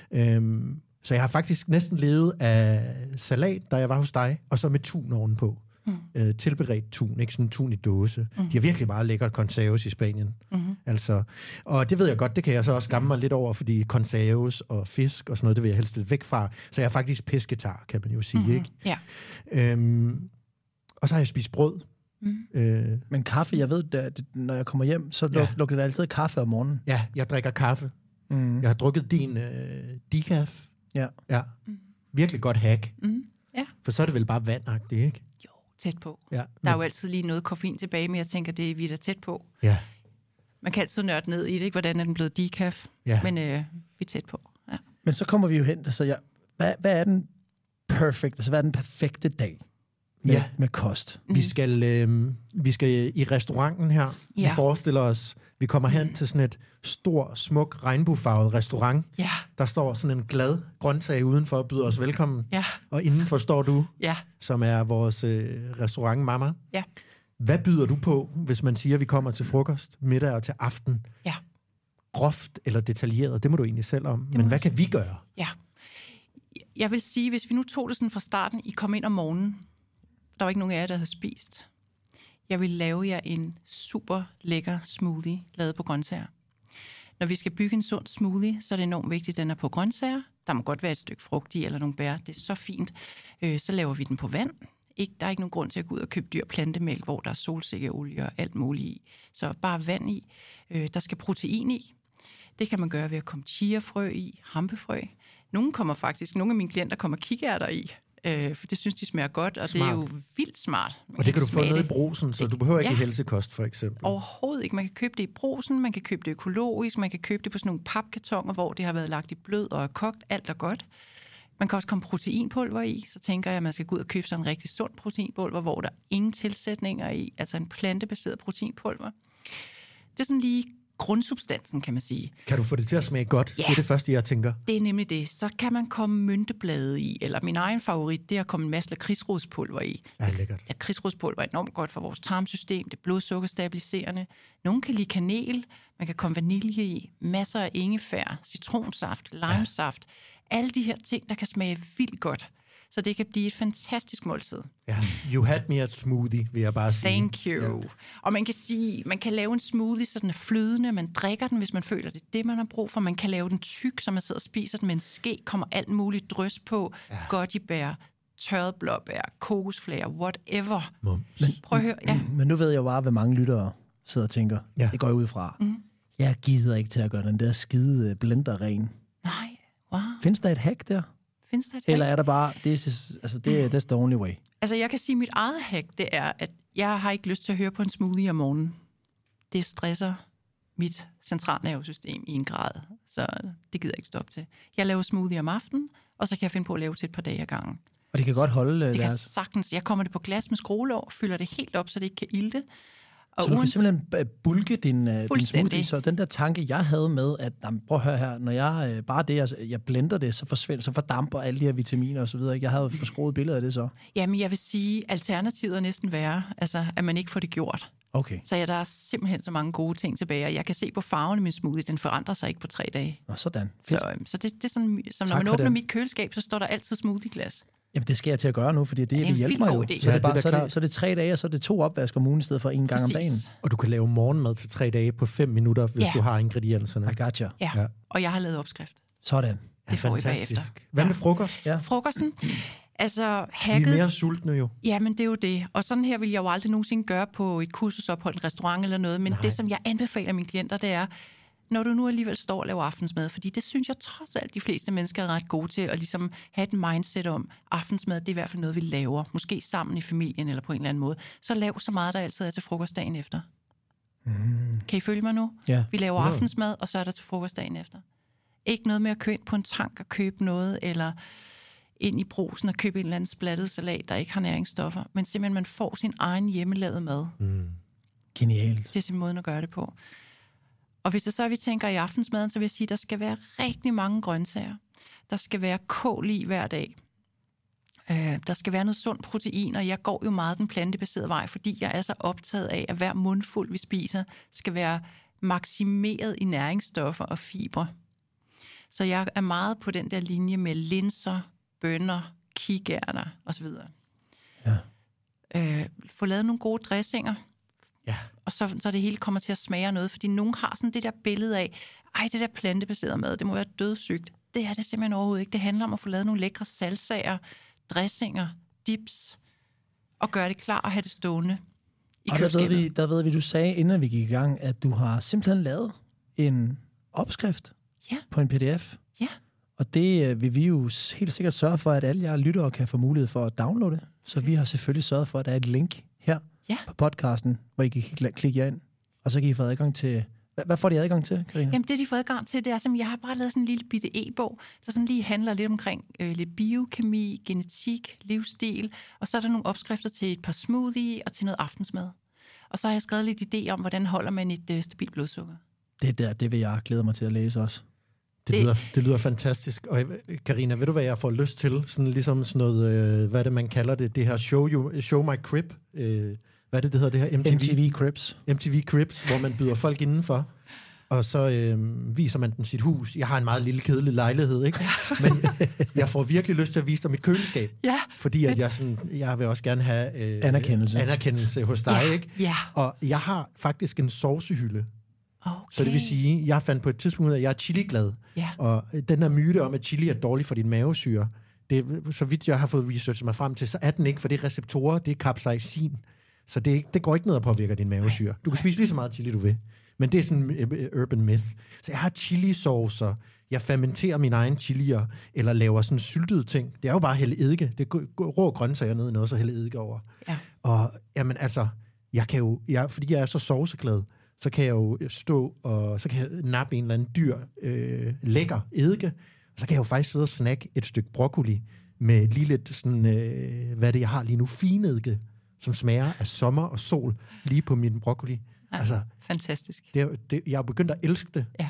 Så jeg har faktisk næsten levet af salat, da jeg var hos dig, og så med tun ovenpå. Tilberedt tun, ikke sådan tun i dåse. De har virkelig meget lækkert conserves i Spanien. Altså, og det ved jeg godt, det kan jeg så også skamme mig lidt over, fordi conserves og fisk og sådan noget, det vil jeg helst lidt væk fra. Så jeg er faktisk pesketar, kan man jo sige, ikke? Ja. Og så har jeg spist brød. Men kaffe, jeg ved, når jeg kommer hjem, så lugter der altid kaffe om morgenen. Ja, jeg drikker kaffe. Jeg har drukket din decaf. Ja. Virkelig godt hack. Ja. For så er det vel bare vandagtigt, ikke? Jo, tæt på. Ja, der er jo altid lige noget koffein tilbage, men jeg tænker, det er vi der tæt på. Ja. Man kan altid nørde ned i det, ikke? Hvordan er den blevet decaf? Ja. Men vi er tæt på. Ja. Men så kommer vi jo hen, altså hvad er den perfect, altså hvad er den perfekte dag med kost? Vi skal i restauranten her. Ja. Vi forestiller os, vi kommer hen til sådan et stor, smuk, regnbuefarvet restaurant. Ja. Der står sådan en glad grøntsag udenfor og byder os velkommen. Ja. Og indenfor står du, Ja. som er vores restaurant mamma. Ja. Hvad byder du på, hvis man siger, at vi kommer til frokost, middag og til aften? Ja. Groft eller detaljeret, det må du egentlig selv om. Men hvad kan vi gøre? Ja. Jeg vil sige, hvis vi nu tog det sådan fra starten, I kom ind om morgenen, der var ikke nogen af jer, der havde spist. Jeg vil lave jer en super lækker smoothie, lavet på grøntsager. Når vi skal bygge en sund smoothie, så er det enormt vigtigt, at den er på grøntsager. Der må godt være et stykke frugt i, eller nogle bær. Det er så fint. Så laver vi den på vand. Der er ikke nogen grund til at gå ud og købe dyr plantemælk, hvor der er solsikkeolie og alt muligt i. Så bare vand i. Der skal protein i. Det kan man gøre ved at komme chiafrø i, hampefrø. Nogle af mine klienter kommer kikærter i. For det synes de smager godt, og smart. Det er jo vildt smart. Og det kan du få ned i Brugsen, så du behøver ikke helsekost, for eksempel. Overhovedet ikke. Man kan købe det i Brugsen, man kan købe det økologisk, man kan købe det på sådan nogle papkartoner, hvor det har været lagt i blød og er kogt, alt er godt. Man kan også komme proteinpulver i, så tænker jeg, at man skal gå ud og købe sådan en rigtig sund proteinpulver, hvor der ingen tilsætninger i, altså en plantebaseret proteinpulver. Det er sådan lige grundsubstansen, kan man sige. Kan du få det til at smage godt? Ja. Det er det første, jeg tænker. Det er nemlig det. Så kan man komme mynteblade i, eller min egen favorit, det er at komme en masse lakridsrodspulver i. Ja, lækkert. Lakridsrodspulver er enormt godt for vores tarmsystem, det er blodsukkerstabiliserende. Nogle kan lide kanel, man kan komme vanilje i, masser af ingefær, citronsaft, limesaft. Alle de her ting, der kan smage vildt godt. Så det kan blive et fantastisk måltid. Ja, you had me at smoothie, vil jeg bare sige. Thank you. Ja. Og man kan sige, man kan lave en smoothie, så den er flydende. Man drikker den, hvis man føler, det er det, man har brug for. Man kan lave den tyk, så man sidder og spiser den med en ske, kommer alt muligt drøs på. Ja. Godtebær, tørret blåbær, kokosflager, whatever. Prøv at høre. Ja. Men nu ved jeg jo bare, hvad mange lyttere sidder og tænker. Ja. Det går jeg ud fra. Jeg gider ikke til at gøre den der skide blender ren. Nej, wow. Findes der et hack der? Eller er der bare, that's the only way? Altså, jeg kan sige, at mit eget hack, det er, at jeg har ikke lyst til at høre på en smoothie om morgenen. Det stresser mit centralnervesystem i en grad, så det gider jeg ikke stoppe til. Jeg laver smoothie om aftenen, og så kan jeg finde på at lave til et par dage ad gangen. Og det kan godt holde? Det kan sagtens. Jeg kommer det på glas med skruelåg, fylder det helt op, så det ikke kan ilte. Og så du kan simpelthen bulke din smoothie. Så den der tanke, jeg havde med, at prøv at høre her, når jeg bare det, jeg blender det, så forsvinder, så fordamper alle de her vitaminer og så videre. Jeg havde forskroet billeder af det så. Jamen, jeg vil sige, alternativet er næsten værre, altså at man ikke får det gjort. Okay. Så der er simpelthen så mange gode ting tilbage, og jeg kan se på farven i min smoothie, den forandrer sig ikke på 3 dage. Nå, sådan. Så det er sådan, som når man åbner mit køleskab, så står der altid smoothieglas. Jamen, det skal jeg til at gøre nu, fordi det hjælper mig jo. Idé. Så det er bare, så er det 3 dage, og så er det 2 opvask om ugen i stedet for 1 gang om dagen. Og du kan lave morgenmad til 3 dage på 5 minutter, hvis du har ingredienserne. I gotcha. Ja, og jeg har lavet opskrift. Sådan. Det får I fantastisk. bagefter. Hvad med frokost? Ja. Frokosten, altså Vi er mere sultne jo. Ja, men det er jo det. Og sådan her vil jeg jo aldrig nogensinde gøre på et kursusophold, en restaurant eller noget. Men det, som jeg anbefaler mine klienter, det er, når du nu alligevel står og laver aftensmad, fordi det synes jeg trods alt, de fleste mennesker er ret gode til, at ligesom have et mindset om, aftensmad, det er i hvert fald noget, vi laver. Måske sammen i familien eller på en eller anden måde. Så lav så meget, der altid er til frokostdagen efter. Kan I følge mig nu? Ja. Vi laver aftensmad, og så er der til frokostdagen efter. Ikke noget med at køre ind på en tank og købe noget, eller ind i brusen og købe en eller anden splattet salat, der ikke har næringsstoffer, men simpelthen man får sin egen hjemmelavet mad. Genialt. Det er simpelthen måden at gøre det på. Og hvis det så vi tænker i aftensmaden, så vil jeg sige, at der skal være rigtig mange grøntsager. Der skal være kål i hver dag. Der skal være noget sundt protein, og jeg går jo meget den plantebaserede vej, fordi jeg er så optaget af, at hver mundfuld, vi spiser, skal være maksimeret i næringsstoffer og fibre. Så jeg er meget på den der linje med linser, bønner, kikærter osv. Ja. Få lavet nogle gode dressinger. Ja. Og så det hele kommer til at smage af noget, fordi nogen har sådan det der billede af, det der plantebaserede mad, det må være dødssygt. Det er det simpelthen overhovedet ikke. Det handler om at få lavet nogle lækre salsaer, dressinger, dips, og gøre det klar og have det stående i køleskabet. Der ved vi, du sagde, inden vi gik i gang, at du har simpelthen lavet en opskrift på en pdf. Ja. Og det vil vi jo helt sikkert sørge for, at alle jer lyttere kan få mulighed for at downloade. Så vi har selvfølgelig sørget for, at der er et link her på podcasten, hvor I kan klikke jer ind. Og så kan I få adgang til... Hvad får de adgang til, Karina? Jamen det, de får adgang til, det er, som jeg har bare lavet sådan en lille bitte e-bog, der sådan lige handler lidt omkring lidt biokemi, genetik, livsstil, og så er der nogle opskrifter til et par smoothie og til noget aftensmad. Og så har jeg skrevet lidt idé om, hvordan holder man et stabilt blodsukker. Det vil jeg glæde mig til at læse også. Det lyder fantastisk. Og Karina, ved du, hvad jeg får lyst til? Sådan ligesom sådan noget, hvad er det, man kalder det? Det her Show My Crib. Hvad er det hedder? Det her MTV Cribs. MTV Cribs, hvor man byder folk indenfor. Og så viser man dem sit hus. Jeg har en meget lille, kedelig lejlighed, ikke? Men jeg får virkelig lyst til at vise dig mit køleskab. Ja. Fordi at jeg vil også gerne have anerkendelse hos dig, ikke? Ja. Og jeg har faktisk en sovsehylde. Okay. Så det vil sige, jeg fandt på et tidspunkt ud af, at jeg er chili-glad. Ja. Og den der myte om, at chili er dårlig for din mavesyre, det, så vidt jeg har fået researchet mig frem til, så er den ikke, for det er receptorer, det er capsaicin. Så det går ikke ned og påvirker din mavesyre. Du kan spise lige så meget chili, du vil. Men det er sådan en urban myth. Så jeg har chilisaucer, jeg fermenterer mine egne chilier, eller laver sådan syltede ting. Det er jo bare at hælde eddike. Det er rå grøntsager ned i noget, så hælde eddike over. Ja. Og jamen altså, fordi jeg er så sovseglad, så kan jeg jo stå, og så kan jeg nappe en eller anden dyr, lækker eddike, og så kan jeg jo faktisk sidde og snakke et stykke broccoli med lige lidt sådan, hvad det jeg har lige nu, fineddike, som smager af sommer og sol, lige på min broccoli. Ja, altså, fantastisk. Jeg er begyndt at elske det. Ja.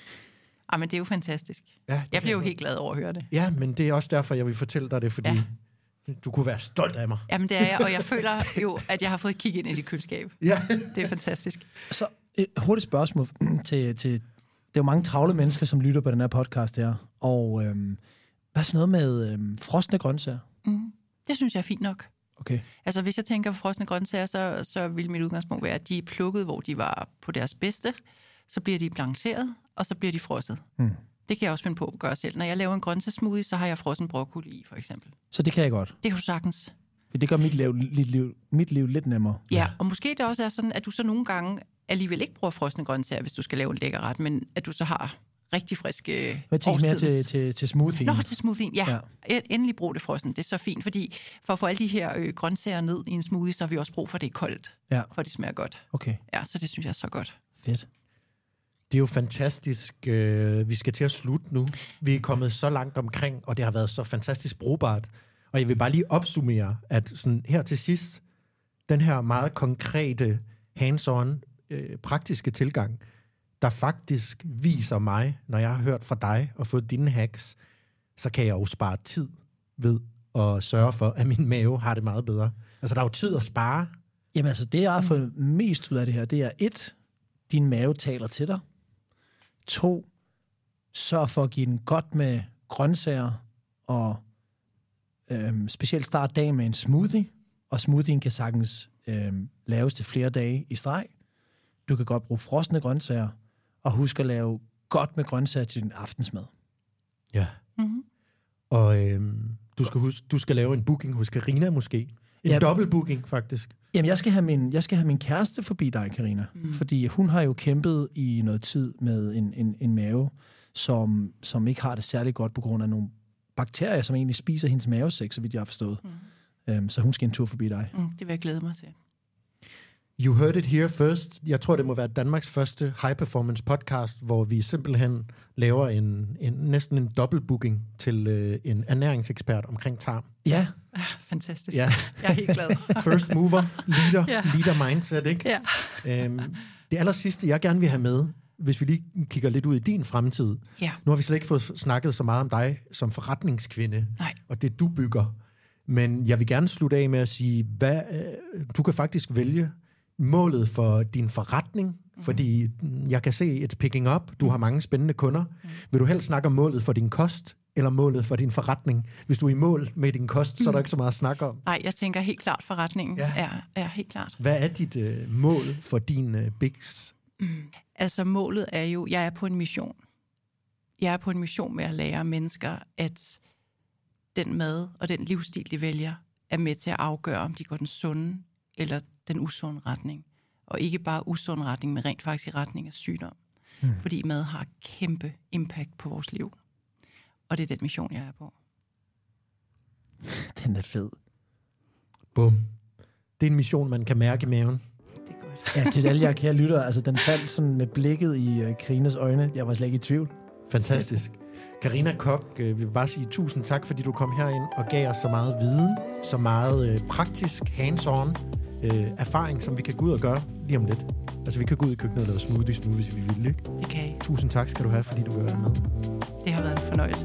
Men det er jo fantastisk. Ja, jeg bliver jo helt glad over at høre det. Ja, men det er også derfor, jeg vil fortælle dig det, fordi du kunne være stolt af mig. Jamen det er jeg, og jeg føler jo, at jeg har fået kigget ind i dit køleskab. Ja. Det er fantastisk. Så et hurtigt spørgsmål til det er jo mange travle mennesker, som lytter på den her podcast her. Og hvad så noget med frosne grøntsager? Det synes jeg er fint nok. Okay. Altså hvis jeg tænker på frosne grøntsager, så vil mit udgangspunkt være, at de er plukket, hvor de var på deres bedste. Så bliver de blanceret, og så bliver de frosset. Det kan jeg også finde på at gøre selv. Når jeg laver en grøntsagssmoothie, så har jeg frossen broccoli i, for eksempel. Så det kan jeg godt? Det kan du sagtens. Det gør mit liv lidt nemmere. Ja, og måske det også er sådan, at du så nogle gange alligevel ikke bruger frosne grøntsager, hvis du skal lave en lækker ret, men at du så har rigtig friske årstidens... mere til smoothien. Nå, til smoothien, ja. Endelig brug det frossen, det er så fint, fordi for at få alle de her grøntsager ned i en smoothie, så har vi også brug for, det er koldt, for at det smager godt. Okay. Ja, så det synes jeg er så godt. Fedt. Det er jo fantastisk. Vi skal til at slutte nu. Vi er kommet så langt omkring, og det har været så fantastisk brugbart. Og jeg vil bare lige opsummere, at sådan her til sidst, den her meget konkrete hands-on, praktiske tilgang, der faktisk viser mig, når jeg har hørt fra dig og fået dine hacks, så kan jeg jo spare tid ved at sørge for, at min mave har det meget bedre. Altså, der er jo tid at spare. Jamen altså, det jeg har fået mest ud af det her, det er 1, din mave taler til dig. 2, sørg for at give den godt med grøntsager, og specielt starte dagen med en smoothie, og smoothien kan sagtens laves til flere dage i streg. Du kan godt bruge frosne grøntsager, og husk at lave godt med grøntsager til din aftensmad. Ja. Mm-hmm. Og du skal lave en booking hos Karina måske. En dobbelt booking, faktisk. Jamen, jeg skal have min kæreste forbi dig, Karina. Fordi hun har jo kæmpet i noget tid med en mave, som ikke har det særlig godt på grund af nogle bakterier, som egentlig spiser hendes mavesæk, så vidt jeg har forstået. Så hun skal en tur forbi dig. Det vil jeg glæde mig til. You heard it here first. Jeg tror, det må være Danmarks første high-performance podcast, hvor vi simpelthen laver næsten en dobbeltbooking til en ernæringsekspert omkring tarm. Ja. Fantastisk. Ja. Jeg er helt glad. First mover, leader mindset, ikke? Ja. Det aller sidste, jeg gerne vil have med, hvis vi lige kigger lidt ud i din fremtid. Ja. Nu har vi slet ikke fået snakket så meget om dig som forretningskvinde, og det du bygger. Men jeg vil gerne slutte af med at sige, du kan faktisk vælge målet for din forretning, fordi jeg kan se et picking up, du har mange spændende kunder. Vil du helst snakke om målet for din kost, eller målet for din forretning? Hvis du er i mål med din kost, så er der ikke så meget at snakke om. Nej, jeg tænker helt klart forretningen. Ja, helt klart. Hvad er dit mål for din Bix? Altså målet er jo, jeg er på en mission. Jeg er på en mission med at lære mennesker, at den mad og den livsstil, de vælger, er med til at afgøre, om de går den sunde eller den usunde retning. Og ikke bare usund retning, men rent faktisk i retning af sygdom. Fordi mad har kæmpe impact på vores liv. Og det er den mission, jeg er på. Den er fed. Bum. Det er en mission, man kan mærke i maven. Det er godt. Ja, til alle jer kære lyttere, altså den faldt sådan med blikket i Karinas øjne. Jeg var slet ikke i tvivl. Fantastisk. Karina Koch, vi vil bare sige tusind tak, fordi du kom herind og gav os så meget viden, så meget praktisk, hands-on erfaring, som vi kan gå ud og gøre lige om lidt. Altså, vi kan gå ud i køkkenet og lave smoothies nu, hvis vi vil, ikke? Det kan I. Tusind tak skal du have, fordi du vil være med. Det har været en fornøjelse.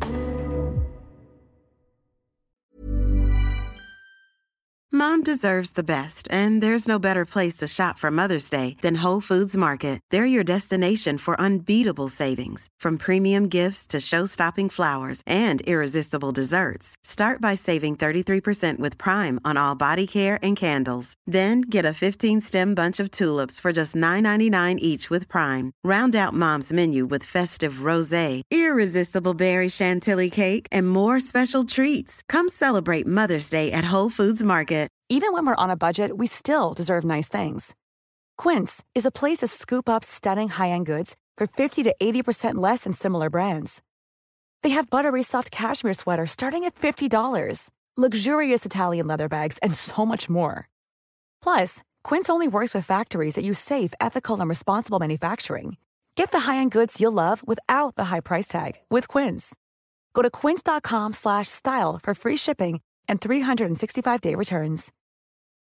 Mom deserves the best, and there's no better place to shop for Mother's Day than Whole Foods Market. They're your destination for unbeatable savings, from premium gifts to show-stopping flowers and irresistible desserts. Start by saving 33% with Prime on all body care and candles. Then get a 15-stem bunch of tulips for just $9.99 each with Prime. Round out Mom's menu with festive rosé, irresistible berry chantilly cake, and more special treats. Come celebrate Mother's Day at Whole Foods Market. Even when we're on a budget, we still deserve nice things. Quince is a place to scoop up stunning high-end goods for 50 to 80% less than similar brands. They have buttery soft cashmere sweaters starting at $50, luxurious Italian leather bags, and so much more. Plus, Quince only works with factories that use safe, ethical, and responsible manufacturing. Get the high-end goods you'll love without the high price tag with Quince. Go to quince.com/style for free shipping and 365-day returns.